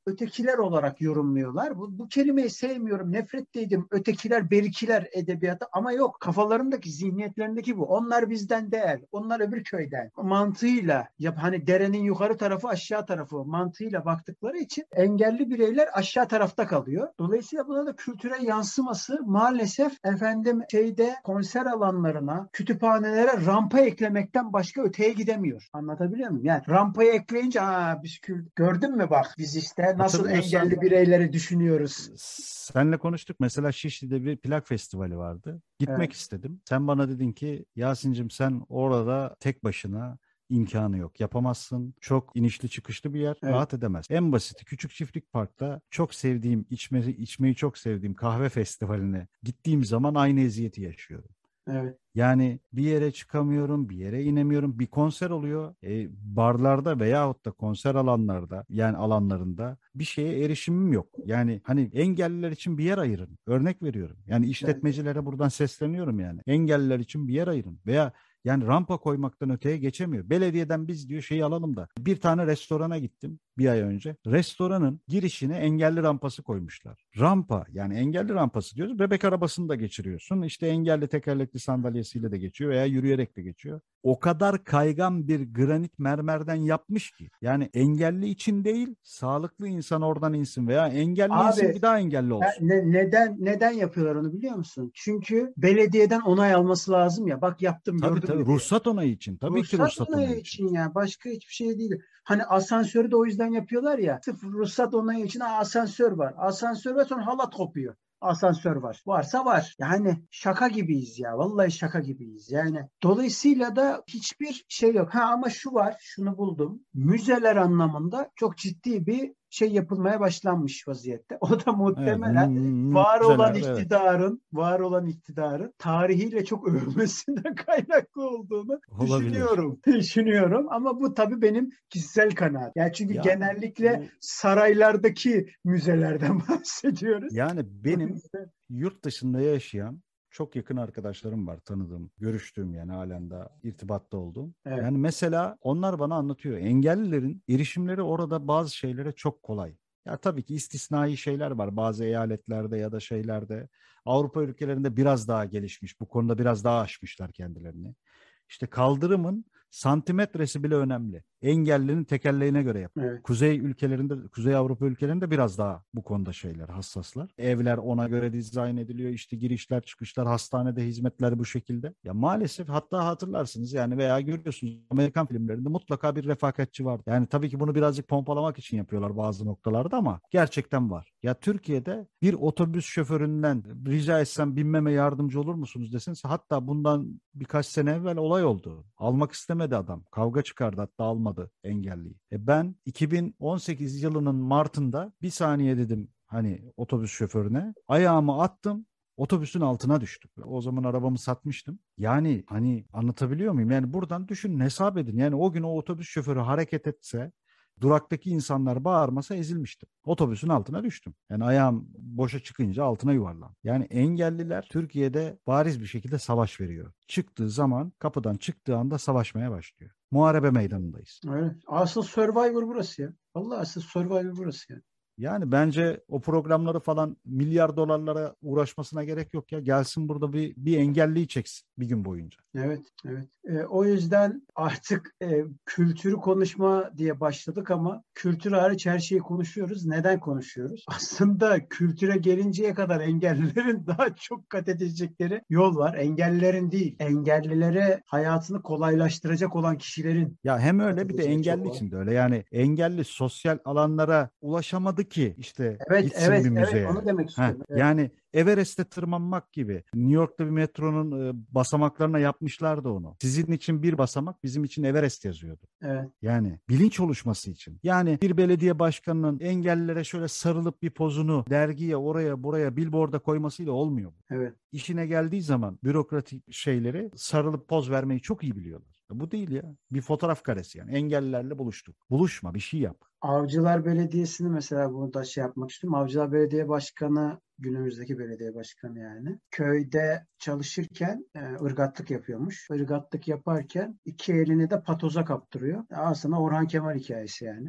ötekiler olarak yorumluyorlar. Bu, bu kelimeyi sevmiyorum, nefretteydim. Ötekiler, berikiler edebiyatı ama yok. Kafalarındaki, zihniyetlerindeki bu. Onlar bizden değil. Onlar öbür köyden. Mantığıyla yap hani derenin yukarı tarafı, aşağı tarafı mantığıyla baktıkları için engelli bireyler aşağı tarafta kalıyor. Dolayısıyla buna da kültüre yansıması maalesef efendim şeyde konser alanlarına, kütüphanelere rampa eklemekten başka öteye gidemiyor. Anlatabiliyor muyum? Yani rampayı ekleyince aa biz kült gördün mü bak biz işte nasıl Hatırlıyorsan engelli bireyleri düşünüyoruz. senle konuştuk. Mesela Şişli'de bir plak festivali vardı. Gitmek Evet, istedim. Sen bana dedin ki Yasin'cim sen orada tek başına imkanı yok. Yapamazsın. Çok inişli çıkışlı bir yer. evet, Rahat edemez. En basiti Küçük Çiftlik Park'ta çok sevdiğim, içme, içmeyi çok sevdiğim kahve festivaline gittiğim zaman aynı eziyeti yaşıyorum. evet. Yani bir yere çıkamıyorum, bir yere inemiyorum. Bir konser oluyor. E, barlarda veyahut da konser alanlarda yani alanlarında bir şeye erişimim yok. Yani hani engelliler için bir yer ayırın. Örnek veriyorum. Yani Evet. işletmecilere buradan sesleniyorum yani. Engelliler için bir yer ayırın. Veya yani rampa koymaktan öteye geçemiyor. Belediyeden biz diyor şeyi alalım da. Bir tane restorana gittim bir ay önce. Restoranın girişine engelli rampası koymuşlar. Rampa yani engelli rampası diyoruz. Bebek arabasını da geçiriyorsun. İşte engelli tekerlekli sandalyesiyle de geçiyor veya yürüyerek de geçiyor. O kadar kaygan bir granit mermerden yapmış ki. Yani engelli için değil, sağlıklı insan oradan insin veya engelli insin Abi bir daha engelli ha, olsun. ne- neden neden yapıyorlar onu biliyor musun? Çünkü belediyeden onay alması lazım ya. Bak yaptım Tabii gördün tabii mü diye. ruhsat onayı için. Tabii ki Ruhsat ruhsat onayı onayı için. için ya. Başka hiçbir şey değil. Hani asansörü de o yüzden yapıyorlar ya. Sırf ruhsat onayı için ha, asansör var. Asansör var sonra halat kopuyor. Asansör var. Varsa var. Yani şaka gibiyiz ya. Vallahi şaka gibiyiz. Yani dolayısıyla da hiçbir şey yok. Ha ama şu var. Şunu buldum. Müzeler anlamında çok ciddi bir şey yapılmaya başlanmış vaziyette. O da Evet, muhtemelen mü- var olan müzeler evet iktidarın, var olan iktidarın tarihiyle çok övmesinden kaynaklı olduğunu olabilir. düşünüyorum. Düşünüyorum ama bu tabii benim kişisel kanaat. Yani çünkü Ya genellikle bu saraylardaki müzelerden bahsediyoruz. yani O benim yüzden yurt dışında yaşayan çok yakın arkadaşlarım var tanıdığım, görüştüğüm yani halen de irtibatta olduğum. evet, Yani mesela onlar bana anlatıyor. Engellilerin erişimleri orada bazı şeylere çok kolay. Ya tabii ki istisnai şeyler var bazı eyaletlerde ya da şeylerde. Avrupa ülkelerinde biraz daha gelişmiş. Bu konuda biraz daha aşmışlar kendilerini. İşte kaldırımın santimetresi bile önemli. Engellinin tekerleğine göre yap. evet. Kuzey ülkelerinde, Kuzey Avrupa ülkelerinde biraz daha bu konuda şeyler, hassaslar. Evler ona göre dizayn ediliyor. İşte girişler, çıkışlar, hastanede hizmetler bu şekilde. Ya maalesef hatta hatırlarsınız yani veya görüyorsunuz Amerikan filmlerinde mutlaka bir refakatçi var. Yani tabii ki bunu birazcık pompalamak için yapıyorlar bazı noktalarda ama gerçekten var. Ya Türkiye'de bir otobüs şoföründen rica etsem binmeme yardımcı olur musunuz deseniz hatta bundan birkaç sene evvel olay oldu. Almak istemedi adam. Kavga çıkardı hatta almadı engelliyi. E ben iki bin on sekiz yılının Mart'ında bir saniye dedim hani otobüs şoförüne ayağımı attım. Otobüsün altına düştüm. O zaman arabamı satmıştım. Yani hani anlatabiliyor muyum? Yani buradan düşünün hesap edin. Yani o gün o otobüs şoförü hareket etse duraktaki insanlar bağırmasa ezilmiştim. Otobüsün altına düştüm. Yani ayağım boşa çıkınca altına yuvarlandım. Yani engelliler Türkiye'de bariz bir şekilde savaş veriyor. Çıktığı zaman kapıdan çıktığı anda savaşmaya başlıyor. Muharebe meydanındayız. Evet. Asıl Survivor burası ya. Vallahi asıl Survivor burası ya. Yani bence o programları falan milyar dolarlara uğraşmasına gerek yok ya. Gelsin burada bir, bir engelliyi çeksin bir gün boyunca. Evet, evet. E, o yüzden artık e, kültürü konuşma diye başladık ama kültür hariç her şeyi konuşuyoruz. Neden konuşuyoruz? Aslında kültüre gelinceye kadar engellilerin daha çok kat edecekleri yol var. Engellilerin değil, engellilere hayatını kolaylaştıracak olan kişilerin Ya hem kat öyle bir de edeceği çok engelli var. için de öyle. Yani engelli sosyal alanlara ulaşamadı ki işte Evet, gitsin bir evet, evet. Onu müzeye. demek Heh, istiyorum. Evet, yani Everest'e tırmanmak gibi. New York'ta bir metronun e, basamaklarına yapmışlardı onu. Sizin için bir basamak, bizim için Everest yazıyordu. evet, Yani bilinç oluşması için. Yani bir belediye başkanının engellilere şöyle sarılıp bir pozunu dergiye, oraya, buraya, billboard'a koymasıyla olmuyor bu. evet. İşine geldiği zaman bürokratik şeyleri sarılıp poz vermeyi çok iyi biliyorlar. Bu değil ya. Bir fotoğraf karesi yani. Engellilerle buluştuk. Buluşma, bir şey yap. Avcılar Belediyesi'ni mesela burada şey yapmak istiyorum. Avcılar Belediye Başkanı günümüzdeki belediye başkanı yani. Köyde çalışırken e, ırgatlık yapıyormuş. Irgatlık yaparken iki elini de patoza kaptırıyor. Aslında Orhan Kemal hikayesi yani.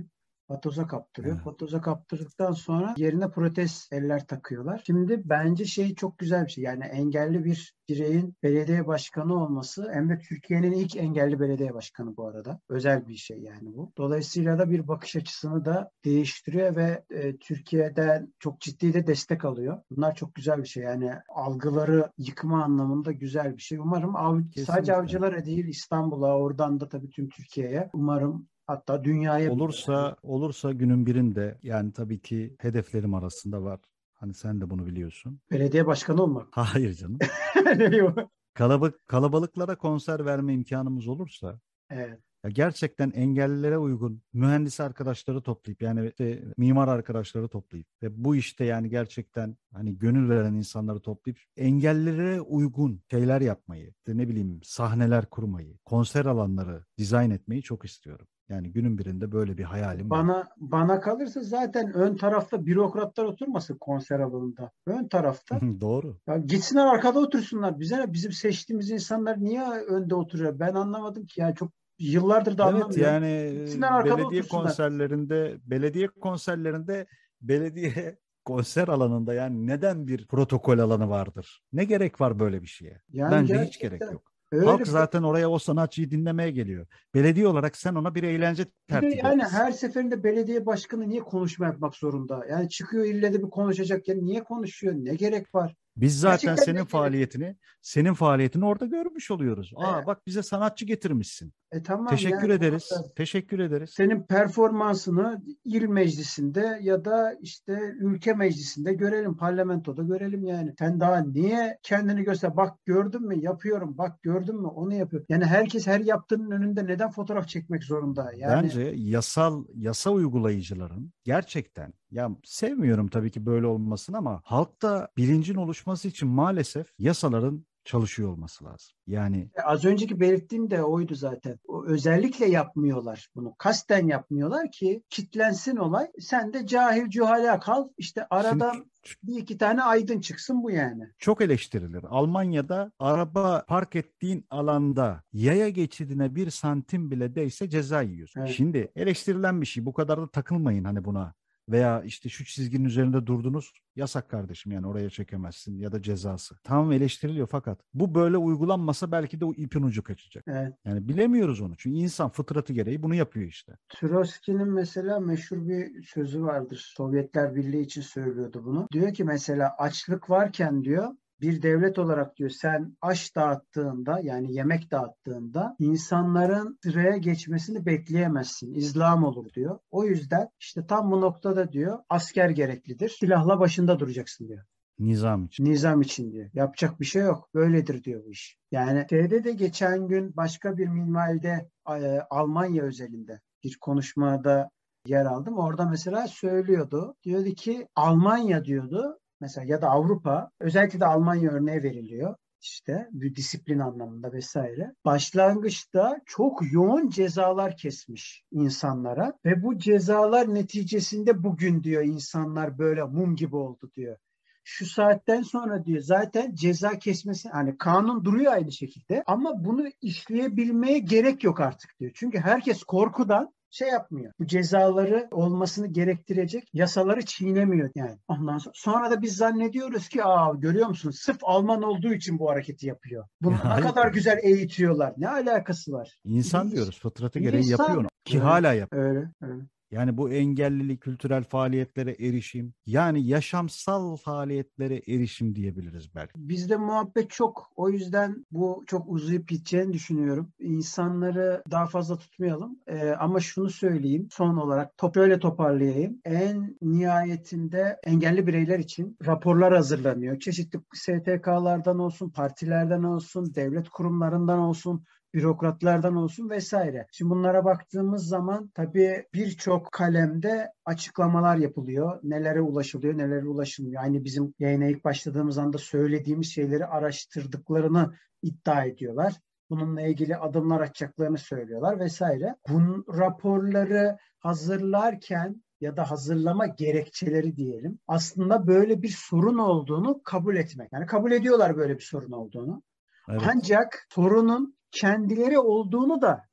Vatoza kaptırıyor. Evet. Vatoza kaptırdıktan sonra yerine protez eller takıyorlar. Şimdi bence şey çok güzel bir şey. Yani engelli bir bireyin belediye başkanı olması, hem de Türkiye'nin ilk engelli belediye başkanı bu arada. Özel bir şey yani bu. Dolayısıyla da bir bakış açısını da değiştiriyor ve e, Türkiye'den çok ciddi de destek alıyor. Bunlar çok güzel bir şey. Yani algıları yıkma anlamında güzel bir şey. Umarım av, sadece Kesinlikle. avcılara değil, İstanbul'a, oradan da tabii tüm Türkiye'ye, umarım hatta dünyaya bile. Yani. Olursa olursa günün birinde, yani tabii ki hedeflerim arasında var. Hani sen de bunu biliyorsun. Belediye başkanı olmak. Hayır canım. Ne diyor? Kalabalık kalabalıklara konser verme imkanımız olursa, Evet. ya gerçekten engellilere uygun mühendis arkadaşları toplayıp, yani işte mimar arkadaşları toplayıp ve bu işte yani gerçekten hani gönül veren insanları toplayıp engellilere uygun şeyler yapmayı, işte ne bileyim sahneler kurmayı, konser alanları dizayn etmeyi çok istiyorum. Yani günün birinde böyle bir hayalim var. Bana bana kalırsa zaten ön tarafta bürokratlar oturmasın konser alanında. Ön tarafta Doğru. ya gitsinler arkada otursunlar. Bize ne? Bizim seçtiğimiz insanlar niye önde oturuyor? Ben anlamadım ki. Yani çok yıllardır da Evet, anlamıyorum. yani Gitsinler e, arkada belediye otursunlar. konserlerinde, belediye konserlerinde, belediye konser alanında yani neden bir protokol alanı vardır? Ne gerek var böyle bir şeye? Yani Bence hiç gerek gerçekten yok. Halk öyle. zaten oraya o sanatçıyı dinlemeye geliyor. Belediye olarak sen ona bir eğlence Bir de tertip yani etmişsin. her seferinde belediye başkanı niye konuşma yapmak zorunda? Yani çıkıyor ille de bir konuşacak ya, niye konuşuyor? Ne gerek var? Biz zaten Gerçekten ne senin gerek? faaliyetini, senin faaliyetini orada görmüş oluyoruz. E, Aa, bak bize sanatçı getirmişsin. e tamam Teşekkür yani ederiz. orada Teşekkür ederiz. senin performansını il meclisinde ya da işte ülke meclisinde görelim, parlamentoda görelim yani. Sen daha niye kendini göster? Bak gördün mü yapıyorum, bak gördün mü onu yapıyor. Yani herkes her yaptığının önünde neden fotoğraf çekmek zorunda? Yani Bence yasal yasa uygulayıcıların gerçekten, ya sevmiyorum tabii ki böyle olmasını, ama halkta bilincin oluşması için maalesef yasaların çalışıyor olması lazım. Yani e, az önceki belirttiğim de oydu zaten. O, özellikle yapmıyorlar bunu. Kasten yapmıyorlar ki kitlensin olay. Sen de cahil cühala kal. İşte şimdi aradan bir iki tane aydın çıksın bu yani. çok eleştirilir. Almanya'da araba park ettiğin alanda yaya geçidine bir santim bile değse ceza yiyorsun. Evet. Şimdi eleştirilen bir şey. Bu kadar da takılmayın hani buna. Veya işte şu çizginin üzerinde durdunuz, yasak kardeşim, yani oraya çekemezsin ya da cezası. Tamam, eleştiriliyor, fakat bu böyle uygulanmasa belki de o ipin ucu kaçacak. Evet. Yani bilemiyoruz onu. Çünkü insan fıtratı gereği bunu yapıyor işte. Trotsky'nin mesela meşhur bir sözü vardır. Sovyetler Birliği için söylüyordu bunu. Diyor ki mesela açlık varken diyor, bir devlet olarak diyor sen aş dağıttığında yani yemek dağıttığında insanların sıraya geçmesini bekleyemezsin. İzlam olur diyor. O yüzden işte tam bu noktada diyor asker gereklidir. Silahla başında duracaksın diyor. Nizam için. Nizam için diyor. Yapacak bir şey yok. Böyledir diyor bu iş. Yani şeyde de geçen gün başka bir minvalde e, Almanya özelinde bir konuşmada yer aldım. Orada mesela söylüyordu. Diyordu ki Almanya diyordu mesela ya da Avrupa, özellikle de Almanya örneği veriliyor. İşte bir disiplin anlamında vesaire. Başlangıçta çok yoğun cezalar kesmiş insanlara ve bu cezalar neticesinde bugün diyor insanlar böyle mum gibi oldu diyor. Şu saatten sonra diyor zaten ceza kesmesi, hani kanun duruyor aynı şekilde ama bunu işleyebilmeye gerek yok artık diyor. Çünkü herkes korkudan şey yapmıyor. Bu cezaları olmasını gerektirecek yasaları çiğnemiyor yani. Ondan sonra, sonra da biz zannediyoruz ki aa görüyor musun sırf Alman olduğu için bu hareketi yapıyor. Bunu ne Hayır kadar tabii ki. güzel eğitiyorlar. Ne alakası var? İnsan İnsan, diyoruz, fıtratı gereği yapıyor insan. onu. Ki Öyle, hala yapıyor. öyle, öyle. Yani bu engellilik, kültürel faaliyetlere erişim, yani yaşamsal faaliyetlere erişim diyebiliriz belki. Bizde muhabbet çok. O yüzden bu çok uzayıp gideceğini düşünüyorum. İnsanları daha fazla tutmayalım. Ee, ama şunu söyleyeyim. Son olarak top öyle toparlayayım. En nihayetinde engelli bireyler için raporlar hazırlanıyor. Çeşitli S T K'lardan olsun, partilerden olsun, devlet kurumlarından olsun, bürokratlardan olsun vesaire. Şimdi bunlara baktığımız zaman tabii birçok kalemde açıklamalar yapılıyor. Nelere ulaşılıyor, nelere ulaşılmıyor. Aynı bizim yayına ilk başladığımız anda söylediğimiz şeyleri araştırdıklarını iddia ediyorlar. Bununla ilgili adımlar atacaklarını söylüyorlar vesaire. Bu raporları hazırlarken ya da hazırlama gerekçeleri diyelim, aslında böyle bir sorun olduğunu kabul etmek. Yani kabul ediyorlar böyle bir sorun olduğunu. Evet. Ancak sorunun kendileri olduğunu da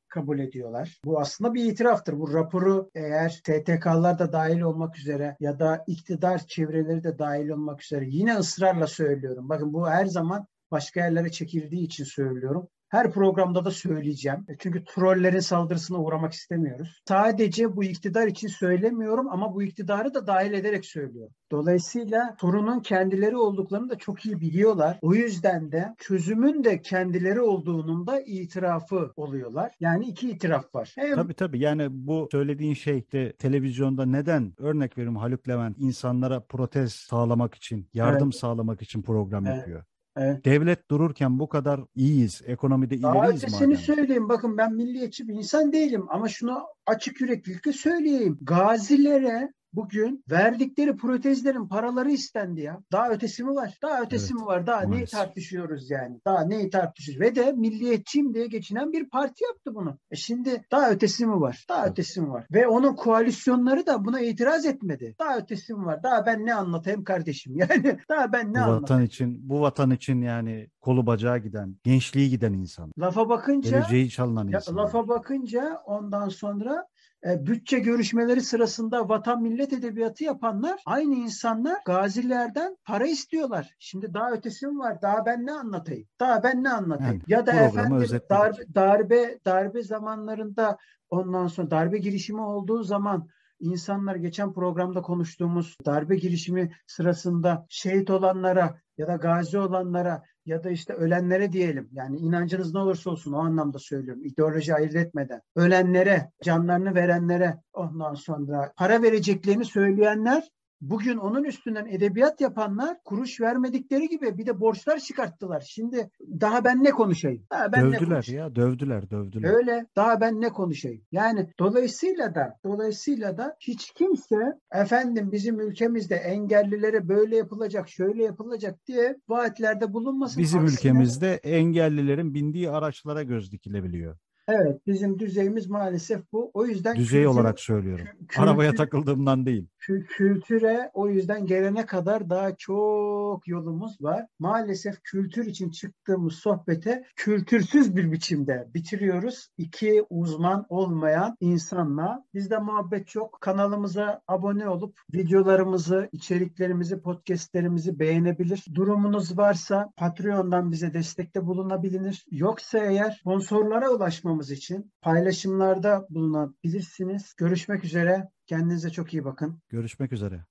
kabul ediyorlar. Bu aslında bir itiraftır. Bu raporu eğer S T K'lar da dahil olmak üzere ya da iktidar çevreleri de dahil olmak üzere yine ısrarla söylüyorum. Bakın bu her zaman başka yerlere çekildiği için söylüyorum. Her programda da söyleyeceğim. Çünkü trollerin saldırısına uğramak istemiyoruz. Sadece bu iktidar için söylemiyorum ama bu iktidarı da dahil ederek söylüyorum. Dolayısıyla sorunun kendileri olduklarını da çok iyi biliyorlar. O yüzden de çözümün de kendileri olduğunun da itirafı oluyorlar. Yani iki itiraf var. Hem Tabii tabii, yani bu söylediğin şey de televizyonda neden, örnek veriyorum, Haluk Levent insanlara protez sağlamak için, yardım Evet. sağlamak için program Evet. yapıyor. Evet. Devlet dururken bu kadar iyiyiz, ekonomide Daha ileriyiz ötesini madem. söyleyeyim. Bakın ben milliyetçi bir insan değilim ama şunu açık yüreklilikle söyleyeyim. Gazilere bugün verdikleri protezlerin paraları istendi ya. Daha ötesi mi var? Daha ötesi Evet, mi var? Daha neyi maalesef. tartışıyoruz yani? Daha neyi tartışıyoruz? Ve de milliyetçiyim diye geçinen bir parti yaptı bunu. E şimdi daha ötesi mi var? Daha Tabii. ötesi mi var? Ve onun koalisyonları da buna itiraz etmedi. Daha ötesi mi var? Daha ben ne anlatayım kardeşim? Yani daha ben ne Bu vatan anlatayım? için, bu vatan için yani kolu bacağı giden, gençliği giden insan, Lafa bakınca geleceği çalınan Ya, insanlar. lafa bakınca ondan sonra e, bütçe görüşmeleri sırasında vatan millet edebiyatı yapanlar aynı insanlar gazilerden para istiyorlar. Şimdi daha ötesi mi var? Daha ben ne anlatayım? Daha ben ne anlatayım? Yani Ya da programı efendim özetledik. darbe, darbe darbe zamanlarında ondan sonra darbe girişimi olduğu zaman insanlar, geçen programda konuştuğumuz darbe girişimi sırasında şehit olanlara ya da gazi olanlara ya da işte ölenlere diyelim. Yani inancınız ne olursa olsun o anlamda söylüyorum. İdeoloji ayırt etmeden. Ölenlere, canlarını verenlere ondan sonra para vereceklerini söyleyenler, bugün onun üstünden edebiyat yapanlar kuruş vermedikleri gibi bir de borçlar çıkarttılar. Şimdi daha ben ne konuşayım? Daha ben ne Dövdüler konuşayım? ya, dövdüler, dövdüler. Öyle. Daha ben ne konuşayım? Yani dolayısıyla da dolayısıyla da hiç kimse efendim bizim ülkemizde engellilere böyle yapılacak, şöyle yapılacak diye vaatlerde bulunmasın. Bizim Aksine, ülkemizde engellilerin bindiği araçlara göz dikilebiliyor. evet, bizim düzeyimiz maalesef bu. O yüzden Düzey kültür, olarak söylüyorum. kü- Arabaya kültür, takıldığımdan değil. kü- kültüre o yüzden gelene kadar daha çok yolumuz var. Maalesef kültür için çıktığımız sohbete kültürsüz bir biçimde bitiriyoruz. İki uzman olmayan insanla. Bizde muhabbet çok. Kanalımıza abone olup videolarımızı, içeriklerimizi, podcastlerimizi beğenebilir. Durumunuz varsa Patreon'dan bize destekte bulunabilir. Yoksa eğer sponsorlara ulaşmamız için paylaşımlarda bulunabilirsiniz. Görüşmek üzere. Kendinize çok iyi bakın. Görüşmek üzere.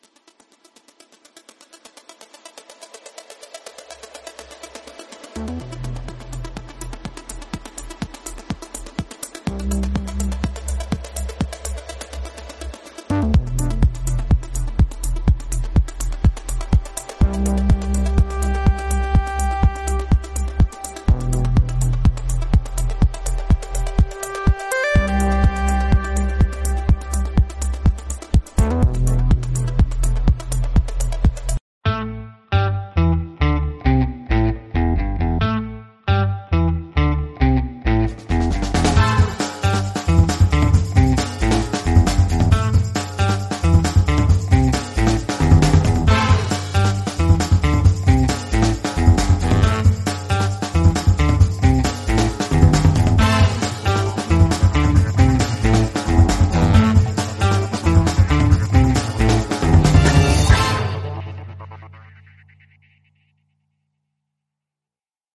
Thank you.